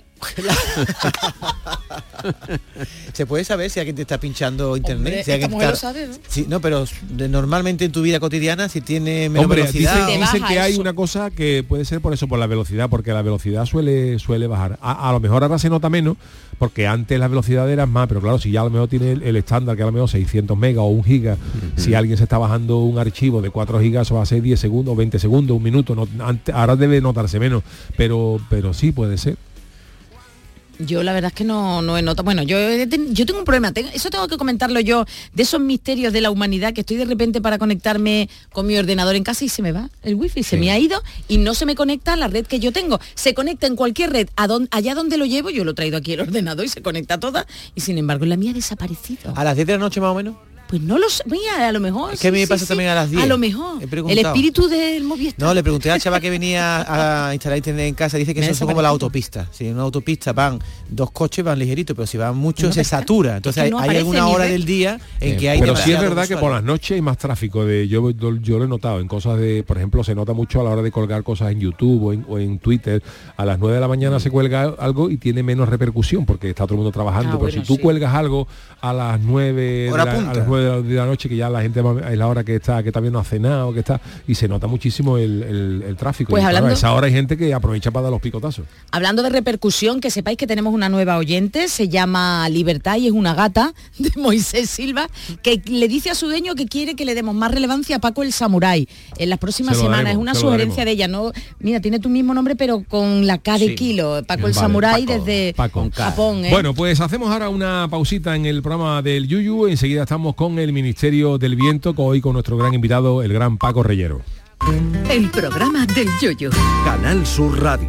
¿Se puede saber si alguien te está pinchando internet? Hombre, si alguien esta mujer está- lo sabe, ¿no? Sí, no, pero de- normalmente en tu vida cotidiana, si tiene menos Hombre, velocidad. dicen, Te dicen baja que hay eso. una cosa que puede ser por eso, por la velocidad, porque la velocidad suele suele bajar. A, a lo mejor ahora se nota menos, porque antes las velocidades eran más, pero claro, si ya a lo mejor tiene el, el estándar, que a lo mejor seiscientos megas o un giga, si alguien se está bajando un archivo de cuatro gigas, eso va a ser diez segundos, veinte segundos, un minuto, no, antes- ahora debe notarse menos, pero pero sí puede ser. Yo la verdad es que no, no he notado. Bueno, yo, he ten- yo tengo un problema. Tengo- eso tengo que comentarlo yo, de esos misterios de la humanidad, que estoy de repente para conectarme con mi ordenador en casa y se me va el wifi, se me ha ido y no se me conecta a la red que yo tengo. Se conecta en cualquier red, a don- allá donde lo llevo, yo lo he traído aquí el ordenador y se conecta toda, y sin embargo la mía ha desaparecido. A las diez de la noche más o menos. Pues no lo sé, mira, a lo mejor. Es que a mí sí, me pasa sí, también sí. a las diez. A lo mejor. El espíritu del Movistar. No, le pregunté al chaval que venía a instalar internet en casa, dice que eso son como las autopistas. Si en una autopista van dos coches, van ligeritos, pero si van muchos no se satura. Entonces es que no hay, hay alguna hora del día en sí, que hay pero sí es verdad usuarios. que por las noches hay más tráfico. De yo, yo lo he notado en cosas de, por ejemplo, se nota mucho a la hora de colgar cosas en YouTube o en, o en Twitter. A las nueve de la mañana mm. se cuelga algo y tiene menos repercusión porque está todo el mundo trabajando. Ah, pero bueno, si tú sí. cuelgas algo a las nueve de la, a las nueve de la noche, que ya la gente es la hora que está, que también no ha cenado, que está, y se nota muchísimo el, el, el tráfico. Pues y hablando, claro, a esa hora hay gente que aprovecha para dar los picotazos. Hablando de repercusión, que sepáis que tenemos una nueva oyente, se llama Libertad y es una gata de Moisés Silva, que le dice a su dueño que quiere que le demos más relevancia a Paco el Samurái en las próximas semanas. Daremos, es una sugerencia de ella, ¿no? Mira, tiene tu mismo nombre, pero con la K de sí. kilo. Paco el vale, Samurái Paco, desde Paco. Japón. ¿eh? Bueno, pues hacemos ahora una pausita en el programa del Yuyu. Enseguida estamos con el Ministerio del Viento, hoy con nuestro gran invitado, el gran Paco Reyero. El programa del Yuyu. Canal Sur Radio.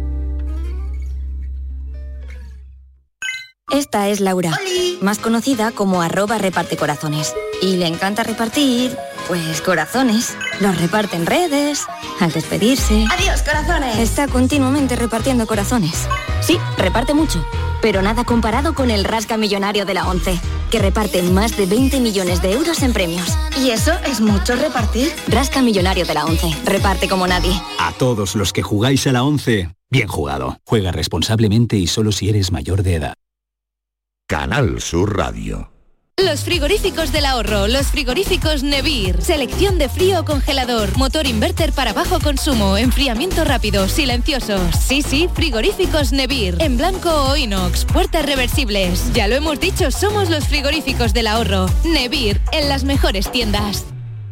Esta es Laura, ¡Holi!, más conocida como arroba reparte corazones. Y le encanta repartir, pues, corazones. Los reparte en redes, al despedirse. ¡Adiós, corazones! Está continuamente repartiendo corazones. Sí, reparte mucho, pero nada comparado con el Rasca Millonario de la ONCE, que reparte más de veinte millones de euros en premios. ¿Y eso es mucho repartir? Rasca Millonario de la ONCE, reparte como nadie. A todos los que jugáis a la ONCE, bien jugado. Juega responsablemente y solo si eres mayor de edad. Canal Sur Radio. Los frigoríficos del ahorro, los frigoríficos Nevir. Selección de frío o congelador, motor inverter para bajo consumo, enfriamiento rápido, silenciosos. Sí, sí, frigoríficos Nevir. En blanco o inox, puertas reversibles. Ya lo hemos dicho, somos los frigoríficos del ahorro. Nevir, en las mejores tiendas.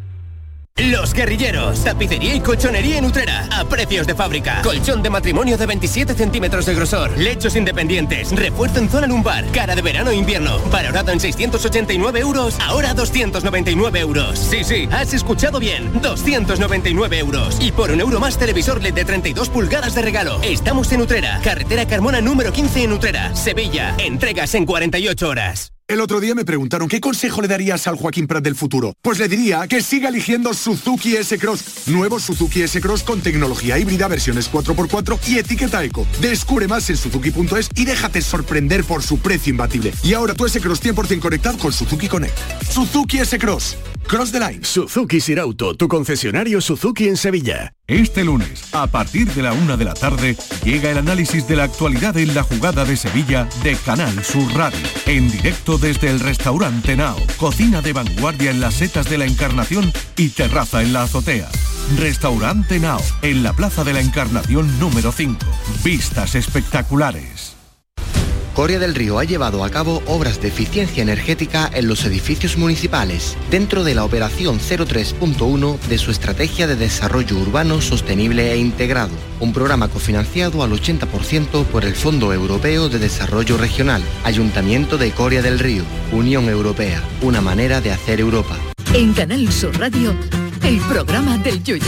Los Guerrilleros, tapicería y colchonería en Utrera, a precios de fábrica. Colchón de matrimonio de veintisiete centímetros de grosor, lechos independientes, refuerzo en zona lumbar, cara de verano e invierno, valorado en seiscientos ochenta y nueve euros, ahora doscientos noventa y nueve euros. Sí, sí, has escuchado bien, doscientos noventa y nueve euros. Y por un euro más televisor L E D de treinta y dos pulgadas de regalo. Estamos en Utrera, carretera Carmona número quince en Utrera, Sevilla, entregas en cuarenta y ocho horas. El otro día me preguntaron qué consejo le darías al Joaquín Prat del futuro. Pues le diría que siga eligiendo Suzuki S-Cross. Nuevo Suzuki S-Cross con tecnología híbrida, versiones cuatro por cuatro y etiqueta eco. Descubre más en suzuki punto es y déjate sorprender por su precio imbatible. Y ahora tu S-Cross cien por ciento conectado con Suzuki Connect. Suzuki S-Cross. Cross the line. Suzuki Sirauto, tu concesionario Suzuki en Sevilla. Este lunes, a partir de la una de la tarde, llega el análisis de la actualidad en la jugada de Sevilla de Canal Sur Radio. En directo desde el restaurante Nao. Cocina de vanguardia en las setas de la Encarnación y terraza en la azotea. Restaurante Nao, en la Plaza de la Encarnación número cinco. Vistas espectaculares. Coria del Río ha llevado a cabo obras de eficiencia energética en los edificios municipales, dentro de la operación cero tres punto uno de su estrategia de desarrollo urbano sostenible e integrado, un programa cofinanciado al ochenta por ciento por el Fondo Europeo de Desarrollo Regional, Ayuntamiento de Coria del Río, Unión Europea, una manera de hacer Europa. En Canal Sur Radio, el programa del Yuyu.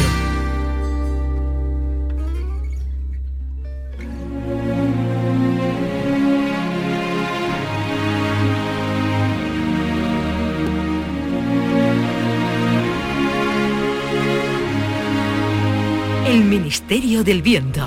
El Ministerio del Viento.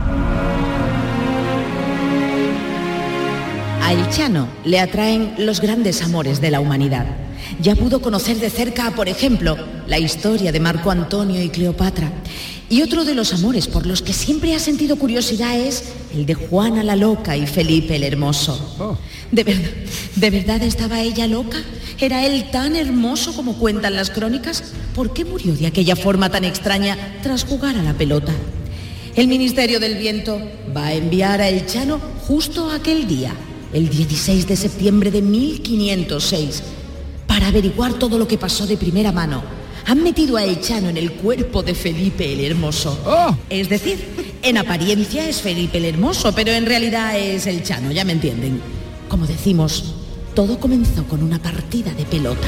A El Chano le atraen los grandes amores de la humanidad. Ya pudo conocer de cerca, por ejemplo, la historia de Marco Antonio y Cleopatra. Y otro de los amores por los que siempre ha sentido curiosidad es el de Juana la Loca y Felipe el Hermoso. Oh. ¿De verdad, ¿De verdad estaba ella loca? ¿Era él tan hermoso como cuentan las crónicas? ¿Por qué murió de aquella forma tan extraña tras jugar a la pelota? El Ministerio del Viento va a enviar a El Chano justo aquel día, el dieciséis de septiembre de mil quinientos seis, para averiguar todo lo que pasó de primera mano. Han metido a El Chano en el cuerpo de Felipe el Hermoso. Oh. Es decir, en apariencia es Felipe el Hermoso, pero en realidad es El Chano, ya me entienden. Como decimos, todo comenzó con una partida de pelota.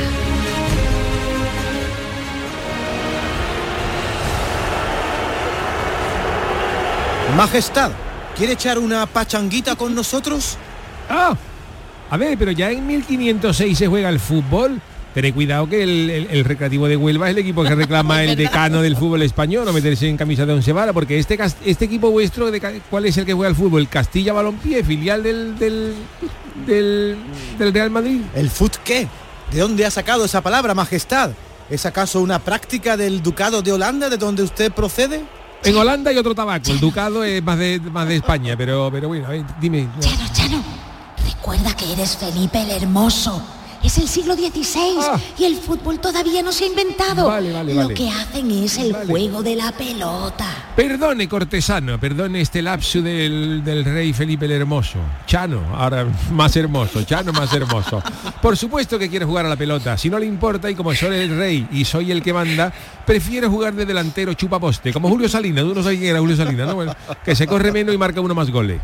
Majestad, ¿quiere echar una pachanguita con nosotros? Ah, a ver, pero ya en mil quinientos seis se juega el fútbol. tened cuidado que el, el, el Recreativo de Huelva es el equipo que reclama el decano del fútbol español, no meterse en camisa de once varas, porque este este equipo vuestro, de, ¿cuál es el que juega al fútbol? El Castilla Balompié, filial del, del, del, del Real Madrid. ¿El fut qué? ¿De dónde ha sacado esa palabra, majestad? ¿Es acaso una práctica del Ducado de Holanda, de donde usted procede? En Holanda hay otro tabaco, el Ducado es más de más de España, pero pero bueno, a ver, dime. Chano, Chano, recuerda que eres Felipe el Hermoso. Es el siglo dieciséis ah. y el fútbol todavía no se ha inventado. Vale, vale, Lo vale. que hacen es el vale. juego de la pelota. Perdone, cortesano, perdone este lapso del, del rey Felipe el Hermoso. Chano, ahora más hermoso, Chano más hermoso. Por supuesto que quiere jugar a la pelota. Si no le importa, y como soy el rey y soy el que manda, prefiero jugar de delantero chupaposte, como Julio Salinas. Tú no sabes quién era Julio Salinas, ¿no? Bueno, que se corre menos y marca uno más goles.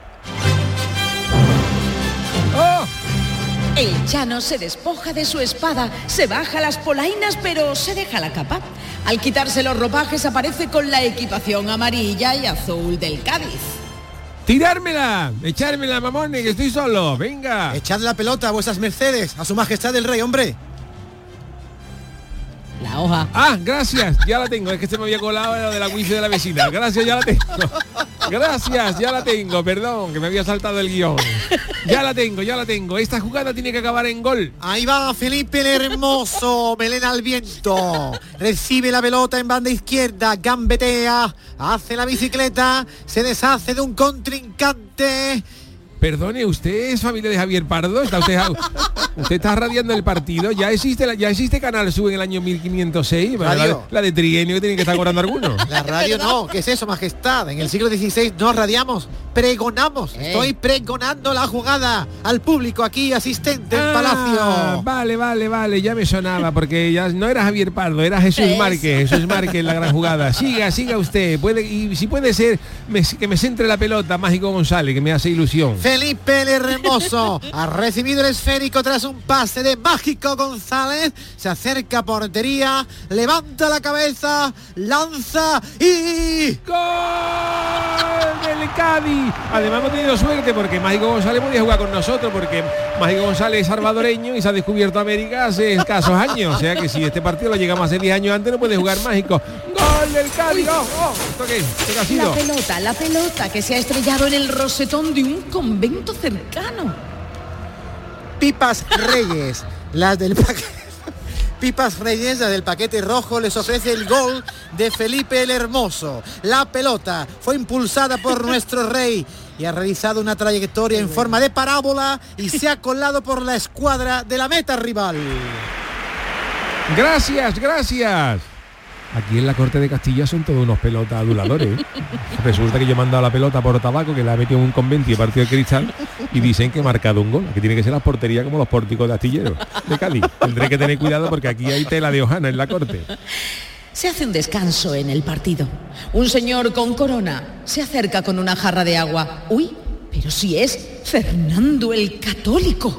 El Chano se despoja de su espada, se baja las polainas, pero se deja la capa. Al quitarse los ropajes aparece con la equipación amarilla y azul del Cádiz. ¡Tirármela! ¡Echármela, mamones, que estoy solo! ¡Venga! ¡Echad la pelota a vuestras mercedes, a su majestad el rey, hombre! La hoja. Ah, gracias, ya la tengo. Es que se me había colado lo de la wifi de la vecina. Gracias, ya la tengo. Gracias, ya la tengo. Perdón, que me había saltado el guión. Ya la tengo, ya la tengo. Esta jugada tiene que acabar en gol. Ahí va Felipe el Hermoso, melena al viento. Recibe la pelota en banda izquierda, gambetea, hace la bicicleta, se deshace de un contrincante. Perdone, ¿usted es familia de Javier Pardo? ¿Está usted, usted está radiando el partido? ¿Ya existe la, ya existe Canal Sur en el año mil quinientos seis? La, la de Trienio que tienen que estar cobrando algunos. La radio no, ¿qué es eso, majestad? En el siglo dieciséis no radiamos, pregonamos. Eh. Estoy pregonando la jugada al público aquí asistente en ah, Palacio. Vale, vale, vale, ya me sonaba, porque ya no era Javier Pardo, era Jesús eso. Márquez, Jesús Márquez, la gran jugada. Siga, siga usted, puede, y si puede ser, me, que me centre la pelota, Mágico González, que me hace ilusión. Felipe el Hermoso ha recibido el esférico tras un pase de Mágico González, se acerca a portería, levanta la cabeza, lanza y... ¡Gol del Cádiz! Además hemos tenido suerte porque Mágico González podía jugar con nosotros, porque Mágico González es salvadoreño y se ha descubierto América hace escasos años, o sea que si este partido lo llegamos hace diez años antes no puede jugar Mágico. ¡Gol del Cádiz! ¡Oh, oh! ¿Esto qué? ¿Esto qué ha sido? La pelota, la pelota que se ha estrellado en el rosetón de un convento cercano. Pipas Reyes, las del paquete. Pipas Reyes, la del paquete rojo, les ofrece el gol de Felipe el Hermoso. La pelota fue impulsada por nuestro rey y ha realizado una trayectoria en forma de parábola y se ha colado por la escuadra de la meta rival. Gracias, gracias. Aquí en la corte de Castilla son todos unos pelotas aduladores. Resulta que yo he mandado la pelota por tabaco, que la he metido en un convento y he partido el cristal, y dicen que he marcado un gol, que tiene que ser las porterías como los pórticos de astilleros de Cádiz. Tendré que tener cuidado porque aquí hay tela de hojana en la corte. Se hace un descanso en el partido. Un señor con corona se acerca con una jarra de agua. Uy, pero si es Fernando el Católico.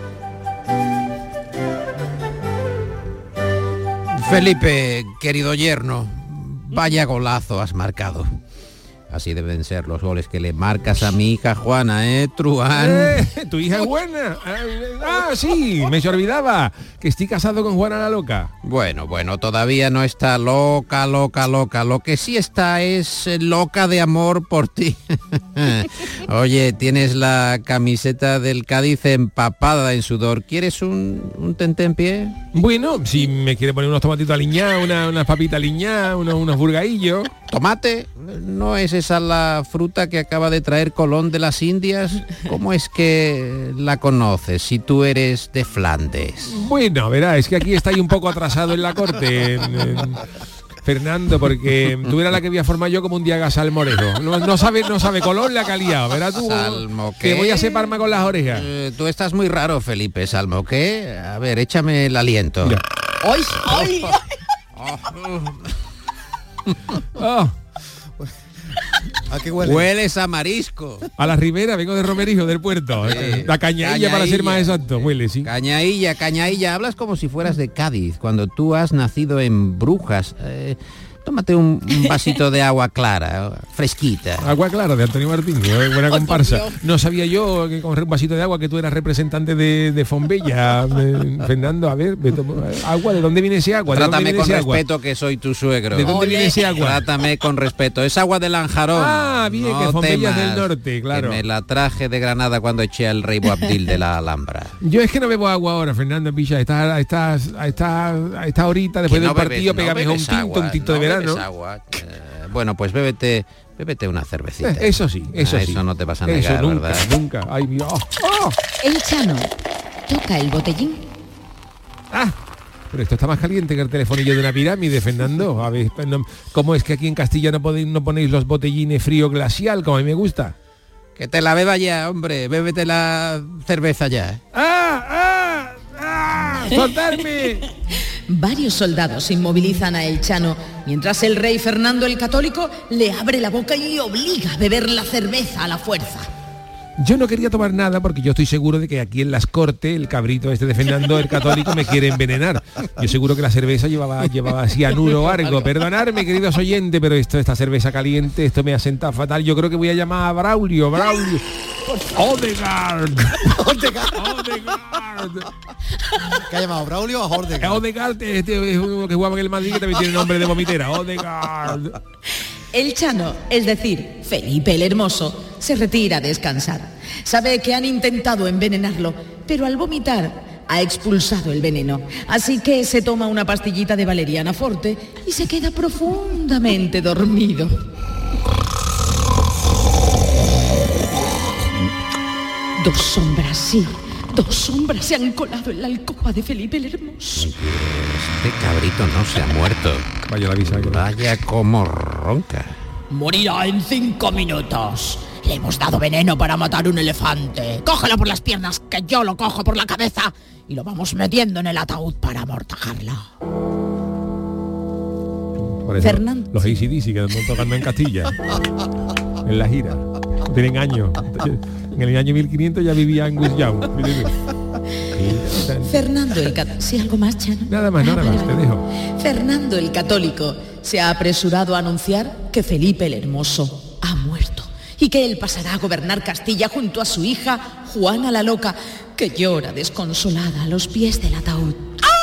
Felipe, querido yerno, vaya golazo has marcado. Así deben ser los goles que le marcas a mi hija Juana, ¿eh, Truán? Eh, ¿Tu hija es buena? Ah, sí, me se olvidaba que estoy casado con Juana la loca. Bueno, bueno, todavía no está loca, loca, loca. Lo que sí está es loca de amor por ti. Oye, tienes la camiseta del Cádiz empapada en sudor. ¿Quieres un, un tentempié? Bueno, si me quiere poner unos tomatitos aliñados, una, unas papitas aliñadas, unos, unos burgaillos. ¿Tomate? ¿No es esa la fruta que acaba de traer Colón de las Indias? ¿Cómo es que la conoces si tú eres de Flandes? Bueno, verá, es que aquí estáis un poco atrasado en la corte, en, en, Fernando, porque tú eras la que voy a formar yo como un día salmorejo. No, no sabe, no sabe Colón la que ha liado, ¿verdad tú? ¿Salmo que qué? voy a separarme con las orejas. Eh, tú estás muy raro, Felipe. ¿Salmo qué? A ver, échame el aliento. ¡Ay! ¡Ay! Oh. ¿A qué huele? Hueles a marisco. A la ribera, vengo de Romerijo, del puerto. Sí. La cañailla, cañailla, para ser más exacto. Huele, sí. Cañailla, cañailla. Hablas como si fueras de Cádiz, cuando tú has nacido en Brujas. Eh, tómate un, un vasito de agua clara, fresquita. Agua clara de Antonio Martín, ¿eh? Buena comparsa. No sabía yo que con un vasito de agua que tú eras representante de, de Fombella. Eh, Fernando, a ver, me tomo, agua, ¿de dónde viene ese agua? ¿De Trátame dónde con viene ese respeto agua? que soy tu suegro. ¿De dónde Oye, viene ese agua? Trátame con respeto. Es agua de Lanjarón. Ah, bien, no que Fombella es temas, del norte, claro. Que me la traje de Granada cuando eché al rey Boabdil de la Alhambra. Yo es que no bebo agua ahora, Fernando Pilla. Estás, estás, estás, a esta horita después Que del no bebes- partido, no pégame un bebes tinto, agua, un tinto no de verano. bebes agua. Eh, bueno, pues bébete, bébete una cervecita. Eh, eso sí, eso Ah, sí. Eso no te vas a Eso negar, nunca, ¿verdad? nunca. Ay, Dios. ¡Oh! El Chano toca el botellín. Ah, pero esto está más caliente que el telefonillo de una pirámide, Fernando. A ver, no, ¿cómo es que aquí en Castilla no podéis, no ponéis los botellines frío glacial, como a mí me gusta? Que te la beba ya, hombre. Bébete la cerveza ya. ¡Ah! ¡Ah! ¡Ah! ¡Soltarme! Varios soldados inmovilizan a El Chano, mientras el rey Fernando el Católico le abre la boca y le obliga a beber la cerveza a la fuerza. Yo no quería tomar nada porque yo estoy seguro de que aquí en las Cortes el cabrito este de Fernando el Católico me quiere envenenar. Yo seguro que la cerveza llevaba llevaba cianuro o algo. Perdonadme, queridos oyentes, pero esto, esta cerveza caliente, esto me ha sentado fatal. Yo creo que voy a llamar a Braulio, Braulio. Odegaard. Odegaard. ¿Qué ha llamado? ¿Braulio o Odegaard? Odegaard, este es uno que jugaba en el Madrid que también tiene nombre de vomitera. Odegaard. El Chano, es decir, Felipe el Hermoso, se retira a descansar. Sabe que han intentado envenenarlo, pero al vomitar ha expulsado el veneno. Así que se toma una pastillita de valeriana forte y se queda profundamente dormido. Dos sombras, sí, dos sombras se han colado en la alcoba de Felipe el Hermoso. Este cabrito no se ha muerto. Vaya la visa. Vaya como ronca. Morirá en cinco minutos. Le hemos dado veneno para matar un elefante. Cógelo por las piernas, que yo lo cojo por la cabeza y lo vamos metiendo en el ataúd para amortajarlo. Parece Fernando. Los A C D C que están tocando en Castilla. En la gira. Tienen años. En el año mil quinientos ya vivía Angus Young. Fernando el Católico. ¿Sí, algo más, Chano? Nada más, nada más, te dejo. Fernando el Católico se ha apresurado a anunciar que Felipe el Hermoso ha muerto y que él pasará a gobernar Castilla junto a su hija Juana la Loca, que llora desconsolada a los pies del ataúd.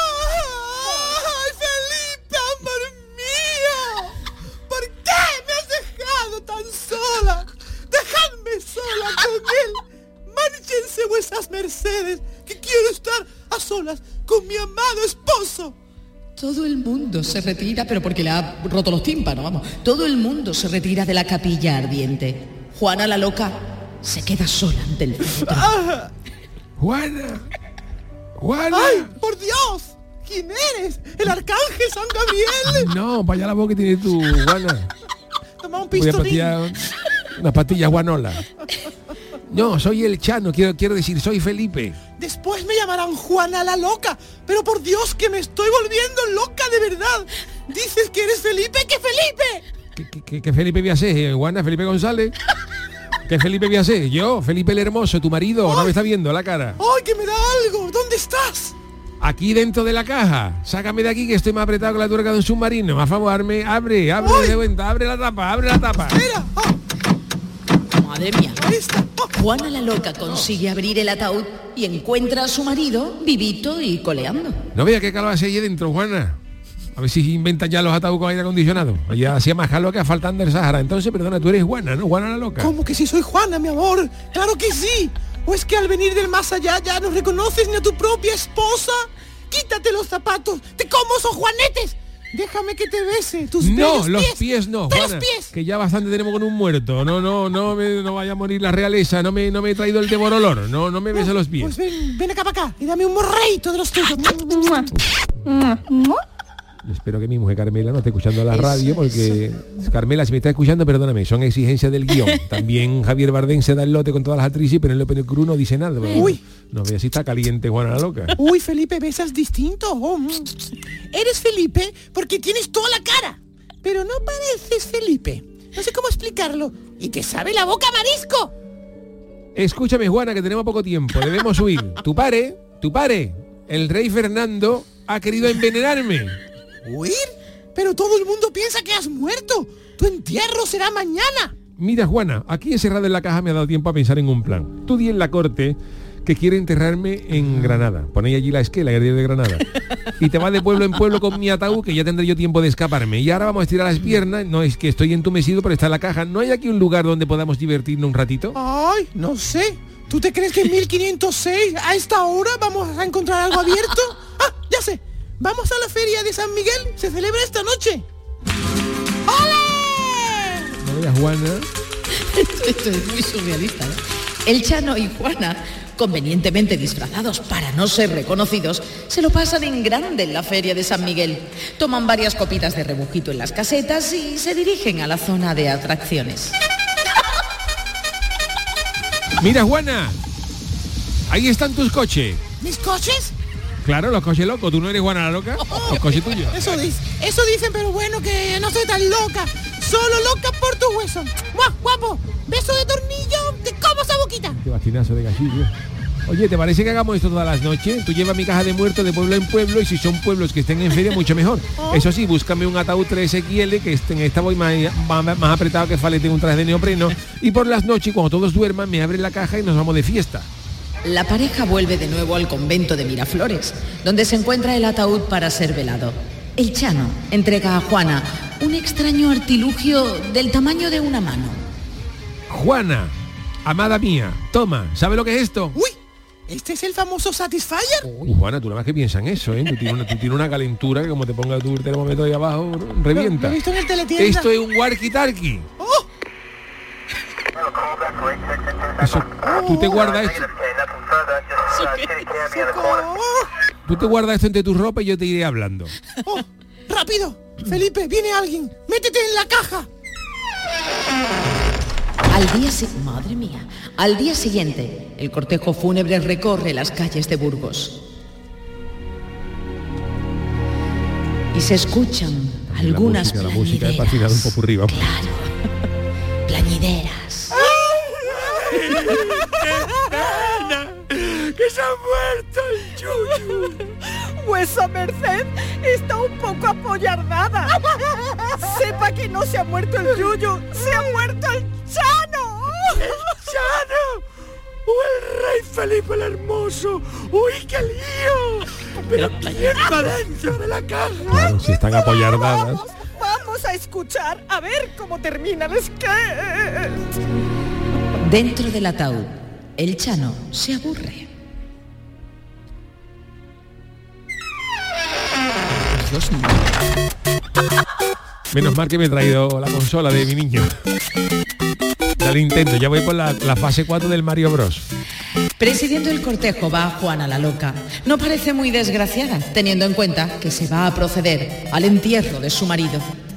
¡Ay, Felipe, amor mío! ¿Por qué me has dejado tan sola? ¡Dejadme sola con él! ¡Márchense vuestras mercedes, que quiero estar a solas con mi amado esposo! Todo el mundo se retira, pero porque le ha roto los tímpanos, vamos. Todo el mundo se retira de la capilla ardiente. Juana la Loca se queda sola ante el féretro. Juana. Juana. ¡Ay, por Dios! ¿Quién eres? ¿El arcángel San Gabriel? No, para allá la boca que tienes tú, Juana. Toma un Voy a pistolín. pastillar unas pastillas guanola. No, soy el Chano, quiero, quiero decir, soy Felipe. Después me llamarán Juana la Loca. Pero por Dios, que me estoy volviendo loca de verdad. Dices que eres Felipe, ¿qué Felipe? ¿Qué, qué, qué- qué Felipe voy a hacer, eh, Juana? ¿Felipe González? ¿Qué Felipe voy a hacer? Yo, Felipe el Hermoso, tu marido, no me está viendo la cara. ¡Ay, que me da algo! ¿Dónde estás? Aquí dentro de la caja. Sácame de aquí que estoy más apretado que la tuerca de un submarino. A favor, arme, abre, abre ¡Ay! de cuenta, abre la tapa, abre la tapa. Espera. Ah, Madre mía. ahí está. Ah, Juana la Loca consigue abrir el ataúd y encuentra a su marido vivito y coleando. No vea qué calor hace ahí dentro, Juana. A ver si inventan ya los ataúdes con aire acondicionado. Ya hacía más calor que faltando el Sahara. Entonces, perdona, tú eres Juana, ¿no? Juana la Loca. ¿Cómo que si soy Juana, mi amor? ¡Claro que sí! ¿O es que al venir del más allá ya no reconoces ni a tu propia esposa? ¡Quítate los zapatos! ¡Te como esos juanetes! Déjame que te bese tus No, bellos los pies. pies no, ¡De Juana, los pies! que ya bastante tenemos con un muerto. No, no, no, me, no vaya a morir la realeza. No me, no me he traído el devorolor. No, no me bese los pies. Pues ven, ven acá para acá y dame un morreito de los tuyos. Yo espero que mi mujer Carmela no esté escuchando la radio porque Carmela, si me está escuchando, perdóname, son exigencias del guión. También Javier Bardem se da el lote con todas las actrices, pero Penélope Cruz no dice nada. Uy. No veas si está caliente Juana la Loca. Uy, Felipe, besas distinto. Oh, mm. Eres Felipe porque tienes toda la cara, pero no pareces Felipe. No sé cómo explicarlo. Y te sabe la boca a marisco. Escúchame, Juana, que tenemos poco tiempo, debemos huir. Tu pare, tu pare, el rey Fernando ha querido envenenarme. ¿Huir? pero todo el mundo piensa que has muerto. Tu entierro será mañana. Mira, Juana, aquí encerrada en la caja me ha dado tiempo a pensar en un plan. Tú di en la corte que quiere enterrarme en Granada. Ponéis allí la esquela, el día de Granada. Y te vas de pueblo en pueblo con mi ataúd, que ya tendré yo tiempo de escaparme. Y ahora vamos a estirar las piernas. No es que estoy entumecido, pero está en la caja. ¿No hay aquí un lugar donde podamos divertirnos un ratito? Ay, no sé. ¿Tú te crees que en mil quinientos seis, a esta hora, vamos a encontrar algo abierto? Ah, ya sé. Vamos a la feria de San Miguel. Se celebra esta noche. ¡Ole! No veas, Juana. Esto, esto es muy surrealista, ¿eh? El Chano y Juana, convenientemente disfrazados para no ser reconocidos, se lo pasan en grande en la feria de San Miguel. Toman varias copitas de rebujito en las casetas y se dirigen a la zona de atracciones. Mira, Juana, ahí están tus coches. ¿Mis coches? Claro, los coches locos. ¿Tú no eres Juana la loca? Los coches tuyos. Eso, dice, eso dicen, pero bueno, que no soy tan loca. Solo loca por tus huesos. ¡Guau, guapo! Beso de tornillo, te como esa boquita. Qué bastinazo de gachillo. Oye, ¿te parece que hagamos esto todas las noches? Tú llevas mi caja de muertos de pueblo en pueblo y si son pueblos que estén en feria, mucho mejor. Oh. Eso sí, búscame un ataúd tres equis ele que en esta voy más, más, más apretado que falete un traje de neopreno. Y por las noches, cuando todos duerman, me abren la caja y nos vamos de fiesta. La pareja vuelve de nuevo al convento de Miraflores, donde se encuentra el ataúd para ser velado. El Chano entrega a Juana un extraño artilugio del tamaño de una mano. Juana, amada mía, toma, ¿sabe lo que es esto? ¡Uy! ¿Este es el famoso Satisfyer? Uy, Juana, tú nada más que piensas en eso, ¿eh? Tú tienes una, tú tienes una calentura que como te ponga tu termómetro ahí abajo, revienta. Lo he visto en el teletienda. Esto es un walkie-talkie. ¡Oh! Eso, tú te guardas esto. Tú te guardas esto entre tu ropa y yo te iré hablando. ¡Oh! ¡Rápido! Felipe, viene alguien. ¡Métete en la caja! Al día siguiente, madre mía, al día siguiente, el cortejo fúnebre recorre las calles de Burgos. Y se escuchan algunas la música, la música he patinado un poco arriba. Claro, plañideras. ¡Que se ha muerto el Yuyu! Vuesa merced está un poco apoyardada. Sepa que no se ha muerto el Yuyu, se ha muerto el Chano. ¡El Chano! ¡O el rey Felipe el Hermoso! ¡Uy, qué lío! ¡Pero quién va dentro de la caja! Claro, si están apoyardadas. Vamos, vamos a escuchar a ver cómo termina el sketch. Dentro del ataúd, el Chano se aburre. Dios mío. Menos mal que me he traído la consola de mi niño. La Nintendo, ya voy por la, la fase cuatro del Mario Bros. Presidiendo el cortejo va Juana la loca. No parece muy desgraciada, teniendo en cuenta que se va a proceder al entierro de su marido.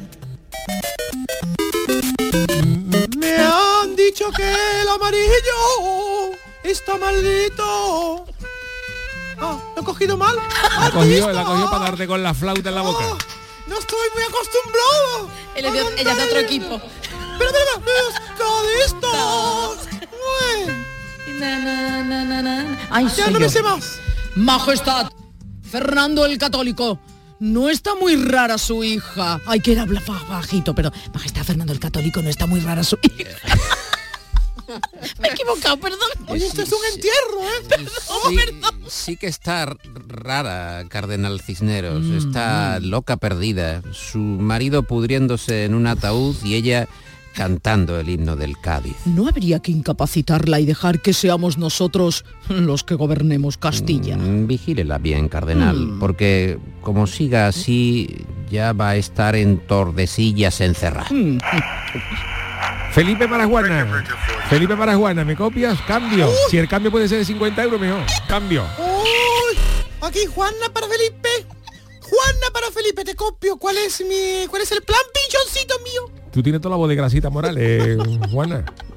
Me han dicho que el amarillo está maldito. Ah, ¿lo he cogido mal? La cogió, la cogió para darte con la flauta en la boca. Oh, no estoy muy acostumbrado. Él es de, ella es de otro equipo. Pero, pero, pero, ¡cadistas! Na, na, na, na, na. Ay, ya no me sé más. Majestad, Fernando el Católico. No está muy rara su hija. Ay, que era bajito, pero Majestad, Fernando el Católico, no está muy rara su hija. Me he equivocado, perdón. Oye, esto es un entierro, ¿eh? Perdón, sí, perdón. Sí que está rara, Cardenal Cisneros. Mm, está mm. loca perdida. Su marido pudriéndose en un ataúd y ella cantando el himno del Cádiz. ¿No habría que incapacitarla y dejar que seamos nosotros los que gobernemos Castilla? Mm, vigílela bien, Cardenal, mm. porque como siga así, ya va a estar en Tordesillas encerrada. Mm. Felipe para Juana. Felipe para Juana, ¿me copias? Cambio. Uh. Si el cambio puede ser de cincuenta euros, mejor. Cambio. Uy, aquí Juana para Felipe. Juana para Felipe, te copio. ¿Cuál es mi, cuál es el plan, pichoncito mío? Tú tienes toda la voz de Grasita Morales, Juana.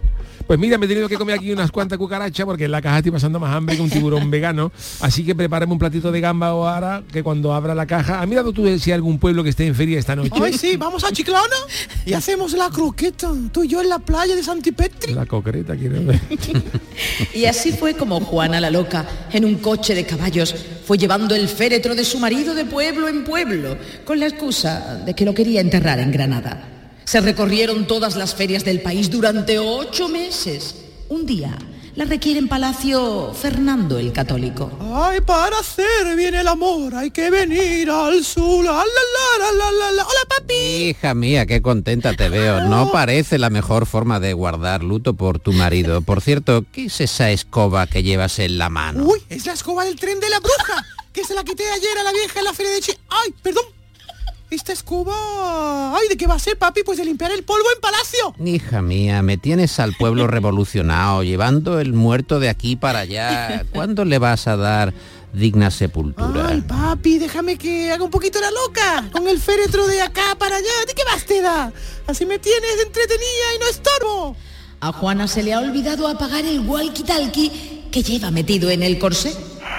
Pues mira, me he tenido que comer aquí unas cuantas cucarachas porque en la caja estoy pasando más hambre que un tiburón vegano. Así que prepárame un platito de gamba o ahora que cuando abra la caja. ¿Has mirado tú si hay algún pueblo que esté en feria esta noche? Ay, sí, vamos a Chiclana y hacemos la croqueta, tú y yo en la playa de Santipetri. La concreta, quiero ver. Y así fue como Juana la Loca, en un coche de caballos, fue llevando el féretro de su marido de pueblo en pueblo, con la excusa de que lo quería enterrar en Granada. Se recorrieron todas las ferias del país durante ocho meses. Un día la requiere en Palacio Fernando el Católico. Ay, para hacer bien el amor hay que venir al sur. La, la, la, la, la, la. Hola, papi. Hija mía, qué contenta te veo. No parece la mejor forma de guardar luto por tu marido. Por cierto, ¿qué es esa escoba que llevas en la mano? Uy, es la escoba del tren de la bruja, que se la quité ayer a la vieja en la feria de Chi... Ay, perdón. Esta escoba... Ay, ¿de qué va a ser, papi? Pues de limpiar el polvo en Palacio. Hija mía, me tienes al pueblo revolucionado, llevando el muerto de aquí para allá. ¿Cuándo le vas a dar digna sepultura? Ay, papi, déjame que haga un poquito la loca, con el féretro de acá para allá. ¿De qué más te da? Así me tienes entretenida y no estorbo. A Juana se le ha olvidado apagar el walkie-talkie que lleva metido en el corsé.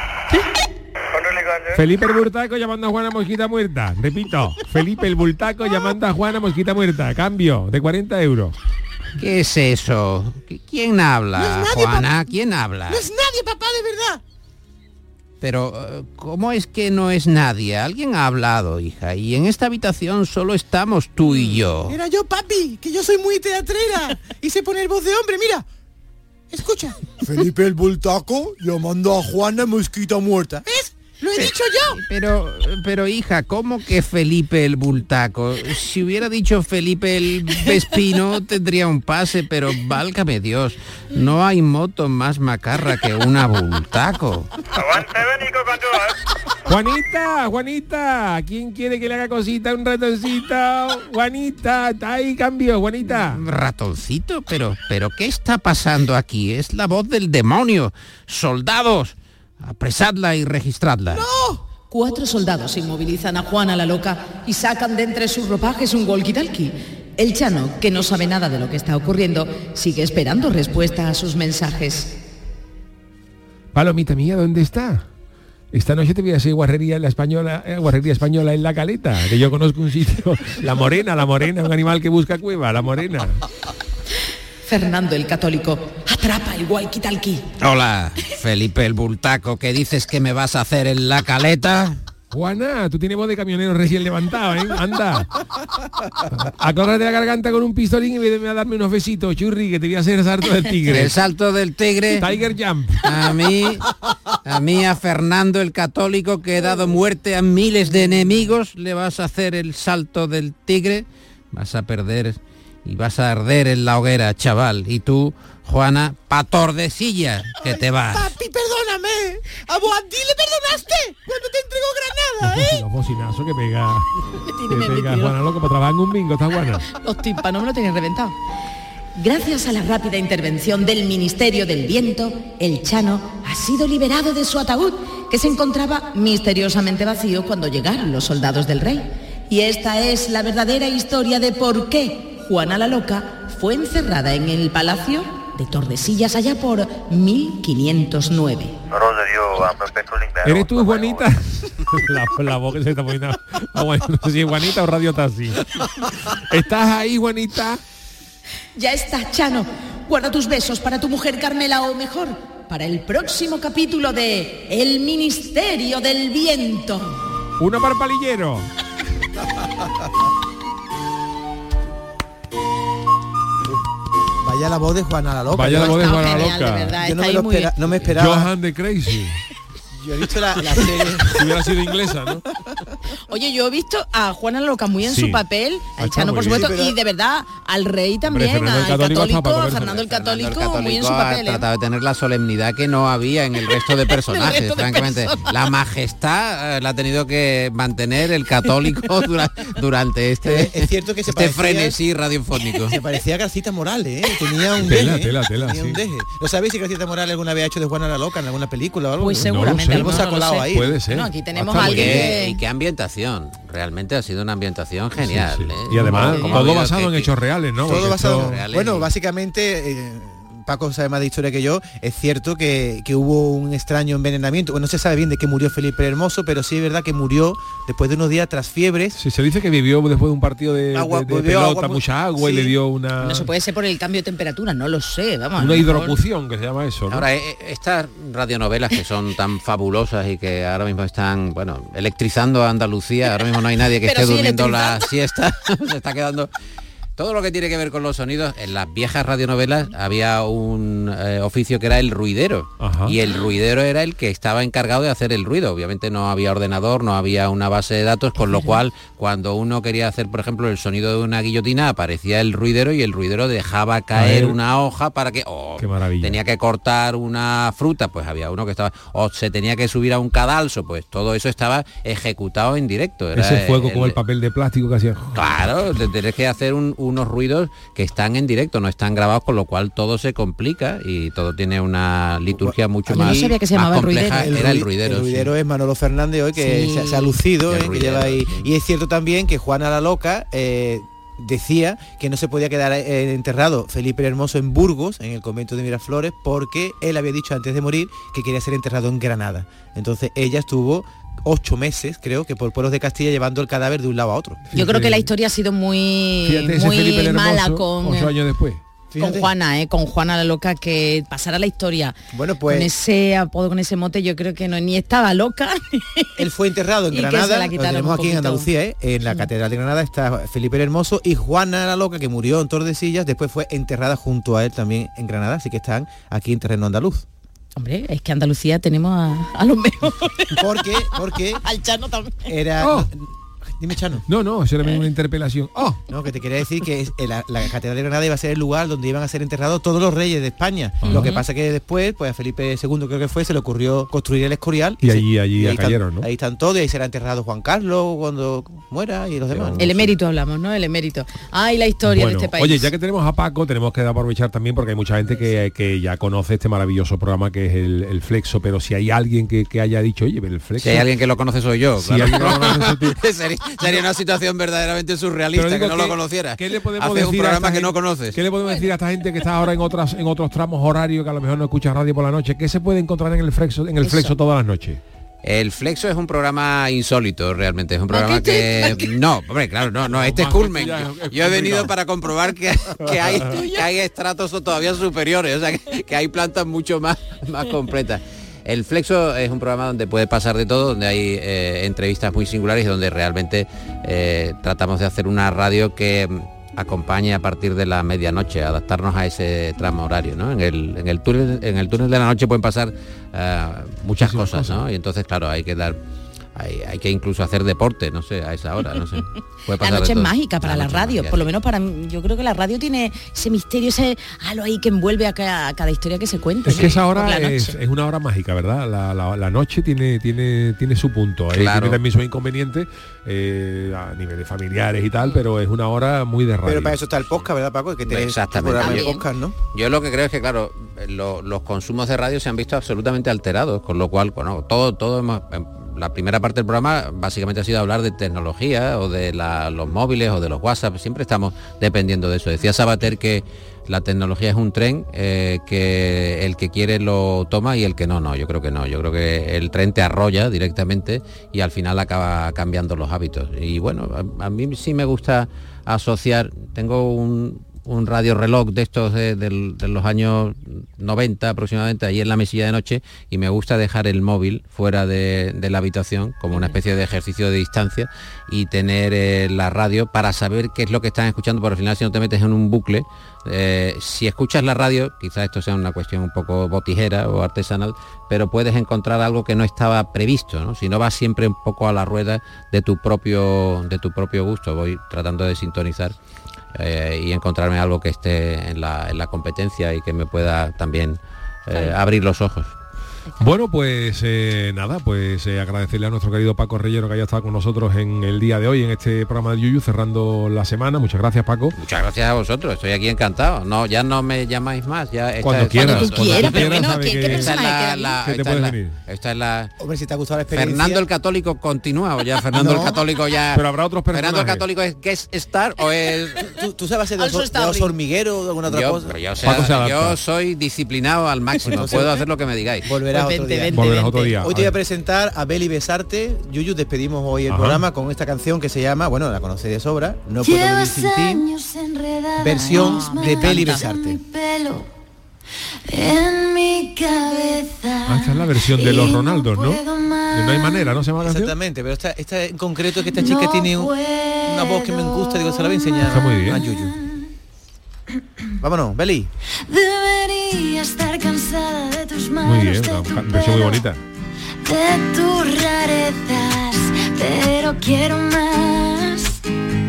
Felipe el Bultaco llamando a Juana Mosquita Muerta. Repito, Felipe el Bultaco llamando a Juana Mosquita Muerta. Cambio de cuarenta euros. ¿Qué es eso? ¿Quién habla, no es nadie, Juana? papá. ¿Quién habla? No es nadie, papá, de verdad. Pero, ¿cómo es que no es nadie? Alguien ha hablado, hija, y en esta habitación solo estamos tú y yo. Era yo, papi, que yo soy muy teatrera y sé poner voz de hombre, mira. Escucha. Felipe el Bultaco llamando a Juana Mosquita Muerta. ¿Ves? ¡Lo he pero, dicho yo! Pero, pero hija, ¿cómo que Felipe el Bultaco? Si hubiera dicho Felipe el Vespino, tendría un pase, pero válgame Dios, no hay moto más macarra que una Bultaco. Aguante, Benico, con tu, ¿eh? Juanita, Juanita, ¿quién quiere que le haga cosita un ratoncito? Juanita, ahí cambio, Juanita. ¿Ratoncito? Pero, pero, ¿qué está pasando aquí? Es la voz del demonio. Soldados, apresadla y registradla. ¡No! Cuatro soldados inmovilizan a Juana la Loca y sacan de entre sus ropajes un walkie-talkie. El Chano, que no sabe nada de lo que está ocurriendo, sigue esperando respuesta a sus mensajes. Palomita mía, ¿dónde está? Esta noche te voy a hacer guarrería en la española, eh, guarrería española en la Caleta, que yo conozco un sitio. La morena, la morena, un animal que busca cueva, la morena. Fernando el Católico atrapa el walkie-talkie. Hola, Felipe el Bultaco, ¿qué dices que me vas a hacer en la Caleta? Juana, tú tienes voz de camionero recién levantado, ¿eh? Anda. Acórrate la garganta con un pistolín y ven a darme unos besitos, churri, que te voy a hacer el salto del tigre. ¿El salto del tigre? Tiger Jump. A mí, a mí, a Fernando el Católico, que he dado muerte a miles de enemigos, le vas a hacer el salto del tigre. Vas a perder y vas a arder en la hoguera, chaval. Y tú, Juana, pa' Tordesillas, que te vas. Papi, perdóname. ¿A Boadí le perdonaste cuando te entregó Granada, eh? Los bocinazos que pega. Que pega Juana Loco para trabajar en un bingo, está Juana. Los tímpanos me lo tienen reventado. Gracias a la rápida intervención del Ministerio del Viento, el Chano ha sido liberado de su ataúd, que se encontraba misteriosamente vacío cuando llegaron los soldados del rey. Y esta es la verdadera historia de por qué Juana la Loca fue encerrada en el palacio de Tordesillas allá por mil quinientos nueve. ¿Eres tú, Juanita? La, la voz que se está poniendo. Ah, bueno, no sé si es Juanita o Radio Taxi. ¿Estás ahí, Juanita? Ya está, Chano. Guarda tus besos para tu mujer Carmela, o mejor, para el próximo capítulo de El Ministerio del Viento. Uno para el palillero. Vaya la voz de Juana la Loca. Vaya la voz de Juana la Loca. Verdad, Yo no me, lo espera, no me esperaba. Johan de Crazy. Yo he visto la, la serie. Si hubiera sido inglesa, ¿no? Oye, yo he visto a Juana la Loca muy en Sí. su papel, Ha al Chano estado por muy supuesto, bien. y de verdad al rey también, Fernando el al Católico católico, está para a comerse. Fernando el Fernando el Católico, muy en su ha papel. ¿eh? tratado de tener la solemnidad que no había en el resto de personajes, resto de francamente. personajes. La majestad eh, la ha tenido que mantener el católico dura- durante este, Es, es cierto que se este parecía, frenesí radiofónico. se parecía a Garcita Morales, ¿eh? Tenía un Tela, deje. tela, tela, tenía un sí. deje. ¿No sabéis si Garcita Morales alguna vez ha hecho de Juana la Loca en alguna película o algo? Pues No seguramente, lo sé. Algo se ha no lo colado sé. ahí. Puede ser. No, aquí tenemos Hasta a Y alguien luego. qué, que- y qué ambientación, realmente ha sido una ambientación genial. Sí, sí. ¿eh? Y además, Como- como todo ha habido basado que- en hechos reales, ¿no? Todo Porque basado esto- reales. Bueno, básicamente eh, Paco sabe más de historia que yo, es cierto que, que hubo un extraño envenenamiento. Bueno, no se sabe bien de qué murió Felipe el Hermoso, pero sí es verdad que murió después de unos días tras fiebres. Sí, se dice que vivió después de un partido de, agua, de, de bebió pelota, agua, mucha agua, sí. y le dio una... No se puede ser por el cambio de temperatura, no lo sé, vamos. Una hidrocución, que se llama eso, ¿no? Ahora, eh, estas radionovelas que son tan fabulosas y que ahora mismo están, bueno, electrizando a Andalucía, ahora mismo no hay nadie que Pero esté sí durmiendo la siesta, se está quedando... Todo lo que tiene que ver con los sonidos, en las viejas radionovelas había un eh, oficio que era el ruidero. Ajá. Y el ruidero era el que estaba encargado de hacer el ruido. Obviamente no había ordenador, no había una base de datos, con lo cual cuando uno quería hacer, por ejemplo, el sonido de una guillotina, aparecía el ruidero y el ruidero dejaba caer una hoja para que... Oh, qué maravilla. Tenía que cortar una fruta, pues había uno que estaba... O se tenía que subir a un cadalso, pues todo eso estaba ejecutado en directo. Era Ese fuego el, con el papel de plástico que hacía... Claro, tenés que hacer un, unos ruidos que están en directo, no están grabados, con lo cual todo se complica y todo tiene una liturgia mucho Yo no más, sabía que se llamaba más compleja. el ruidero. Era el ruidero. El ruidero sí. Es Manolo Fernández hoy, que Sí. se, se ha lucido, El eh, que ruidero, lleva ahí. sí. Y es cierto también que Juana la Loca eh, decía que no se podía quedar eh, enterrado Felipe el Hermoso en Burgos, en el convento de Miraflores, porque él había dicho antes de morir que quería ser enterrado en Granada. Entonces ella estuvo ocho meses, creo, que por pueblos de Castilla llevando el cadáver de un lado a otro. Yo creo que la historia ha sido muy, Fíjate, ese muy Felipe el Hermoso, mala con, ocho años después. con Fíjate. Juana, eh, con Juana la Loca, que pasara la historia Bueno, pues con ese apodo, con ese mote, yo creo que no ni estaba loca. él fue enterrado en Y que se Granada, la lo quitaron tenemos un aquí en poquito. Andalucía, ¿eh? En la Catedral de Granada está Felipe el Hermoso, y Juana la Loca, que murió en Tordesillas, después fue enterrada junto a él también en Granada, así que están aquí en terreno andaluz. Hombre, es que Andalucía tenemos a, a los mejores. ¿Por qué? Porque al Chano también. era... Oh. Dime, Chano. No, no, eso era una interpelación. ¡Oh! No, que te quería decir que es- la, la Catedral de Granada iba a ser el lugar donde iban a ser enterrados todos los reyes de España. Uh-huh. Lo que pasa que después, pues a Felipe segundo creo que fue, se le ocurrió construir el Escorial. Y se- allí, allí ahí cayeron, están, ¿no? Ahí están todos, y ahí será enterrado Juan Carlos cuando muera y los demás. El emérito hablamos, ¿no? El emérito. Ay, la historia Bueno, de este país. oye, ya que tenemos a Paco, tenemos que aprovechar también porque hay mucha gente que, que ya conoce este maravilloso programa que es el, el Flexo, pero si hay alguien que, que haya dicho, oye, pero el Flexo... Si hay alguien que lo conoce soy yo. Si claro. alguien lo conoce, soy tú. sería, sería una situación verdaderamente surrealista Pero que digo no lo conociera. ¿Qué le podemos Hace decir un a programa esta que no gente- conoces. ¿Qué le podemos decir a esta gente que está ahora en otras en otros tramos horarios, que a lo mejor no escucha radio por la noche? ¿Qué se puede encontrar en el Flexo, en el Eso. Flexo todas las noches? El Flexo es un programa insólito, realmente. Es un ¿A programa qué te- que... No, hombre, claro, no, no, este es más Culmen. que ya es Yo he complicado. venido para comprobar que, que, hay, que hay estratos todavía superiores, o sea, que, que hay plantas mucho más, más completas. El Flexo es un programa donde puede pasar de todo, donde hay eh, entrevistas muy singulares y donde realmente eh, tratamos de hacer una radio que mm, acompañe a partir de la medianoche, adaptarnos a ese tramo horario, ¿no? En el, en el túnel, en el túnel de la noche pueden pasar eh, muchas cosas, ¿no? Y entonces, claro, hay que dar, hay, hay que incluso hacer deporte, no sé, a esa hora, no sé. Puede La pasar de noche es todo. mágica para la, noche es radio, mágica, por lo sí. menos para mí. Yo creo que la radio tiene ese misterio, ese halo ahí que envuelve a cada, a cada historia que se cuenta. Es que ¿no? esa Por hora la es, noche. es una hora mágica, ¿verdad? La, la- la noche tiene tiene tiene su punto. ¿eh? Claro. Tiene también sus inconvenientes eh, a nivel de familiares y tal, pero es una hora muy de radio. Pero para eso está el podcast, ¿verdad, Paco? Que tenés Exactamente. programa de También. podcast, ¿no? Yo lo que creo es que, claro, lo- los consumos de radio se han visto absolutamente alterados, con lo cual, bueno, todo, todo hemos, em, la primera parte del programa básicamente ha sido hablar de tecnología o de la- los móviles o de los WhatsApp, siempre estamos dependiendo de eso. Decía Sabater que la tecnología es un tren, eh, que el que quiere lo toma y el que no, no, yo creo que no. Yo creo que el tren te arrolla directamente y al final acaba cambiando los hábitos. Y bueno, a, a mí sí me gusta asociar, tengo un, un radio reloj de estos de, del- de los años noventa aproximadamente, ahí en la mesilla de noche, y me gusta dejar el móvil fuera de, de la habitación como una especie de ejercicio de distancia y tener eh, la radio para saber qué es lo que están escuchando, porque al final si no te metes en un bucle, eh, si escuchas la radio, quizás esto sea una cuestión un poco botijera o artesanal, pero puedes encontrar algo que no estaba previsto, ¿no? Si no vas siempre un poco a la rueda de tu propio, de tu propio gusto, voy tratando de sintonizar eh, y encontrarme algo que esté en la, en la competencia y que me pueda también eh, abrir los ojos. Bueno, pues eh, nada, pues eh, agradecerle a nuestro querido Paco Reyero que haya estado con nosotros en el día de hoy, en este programa de Yuyu, cerrando la semana. Muchas gracias, Paco. Muchas gracias a vosotros, estoy aquí encantado. No, ya no me llamáis más. Ya esta cuando es, quieras, cuando tú quieras, pero bueno, ¿qué, ¿qué esta es la, personaje la, que te esta, puedes es la, venir? esta es la... Hombre, si te ha gustado la experiencia. Fernando el Católico continúa o ya Fernando No. el Católico ya... Pero habrá otros personajes. Fernando el Católico es guest star o es... ¿Tú, tú sabes hacer de Also oso, de oso hormiguero o de alguna otra yo, cosa? pero yo, Paco se sea, adapta. yo soy disciplinado al máximo, Pues puedo entonces, hacer lo que me digáis. Volverás Pues otro vente, día. vente, Volverás vente. otro día. Hoy te voy a presentar a Beli Besarte. Yuyu, despedimos hoy el Ajá. programa con esta canción que se llama, bueno, la conocéis de sobra, No puedo vivir sin ti, versión de Beli Besarte. En mi cabeza. Ah, esta es la versión de los Ronaldos, ¿no? De No hay manera, ¿no se llama la canción? Exactamente, pero esta, esta en concreto es que esta chica tiene un- una voz que me gusta, digo, se la voy a enseñar Está muy bien. a Yuyu. Vámonos, Beli. Debería estar cansada de tus manos, Muy bien, de una tu ca- versión muy pelo, bonita. de tus rarezas, pero quiero más.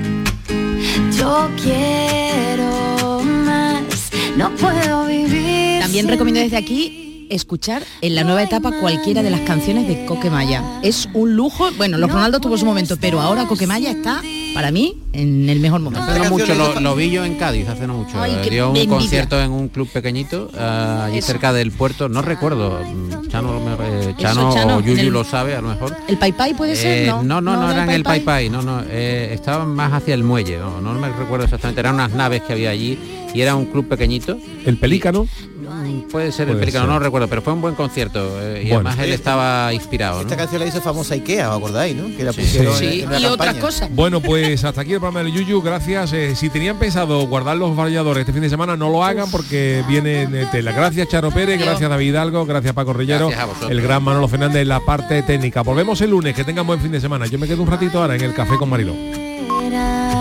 Yo quiero más. No puedo vivir. También sin recomiendo desde aquí escuchar en la nueva etapa cualquiera de las canciones de Coquemaya. Es un lujo. Bueno, los Ronaldo tuvo su momento, pero ahora Coquemaya está, para mí, en el mejor momento. Hace no mucho, lo, lo vi yo en Cádiz, hace no mucho. Ay, qué Dio un envidia. concierto en un club pequeñito, uh, allí Eso. cerca del puerto, no recuerdo, mm, Chano, eh, Chano, Eso, Chano, o Yuyu en el- lo sabe a lo mejor. ¿El Pai Pai puede ser? Eh, No, no, no, no, era eran el Pai Pai Pai, no, no, eh, estaban más hacia el muelle, no, no me recuerdo exactamente, eran unas naves que había allí y era un club pequeñito. El Pelícano. Puede ser Puede el Pelícano, ser. no lo recuerdo, pero fue un buen concierto eh, y Bueno. además él estaba inspirado, ¿no? Esta canción la hizo famosa Ikea, ¿os acordáis, no? Que la Sí. pusieron Sí. en, en una y otras campaña. cosas. Bueno, pues hasta aquí el programa del Yuyu, gracias. Eh, si tenían pensado guardar los valladores este fin de semana, no lo hagan porque viene de tela. Gracias, Charo Pérez, gracias, David Hidalgo, gracias, Paco Reyero, Gracias a vosotros. el gran Manolo Fernández en la parte técnica. Volvemos el lunes, que tengan buen fin de semana. Yo me quedo un ratito ahora en el café con Mariló. Era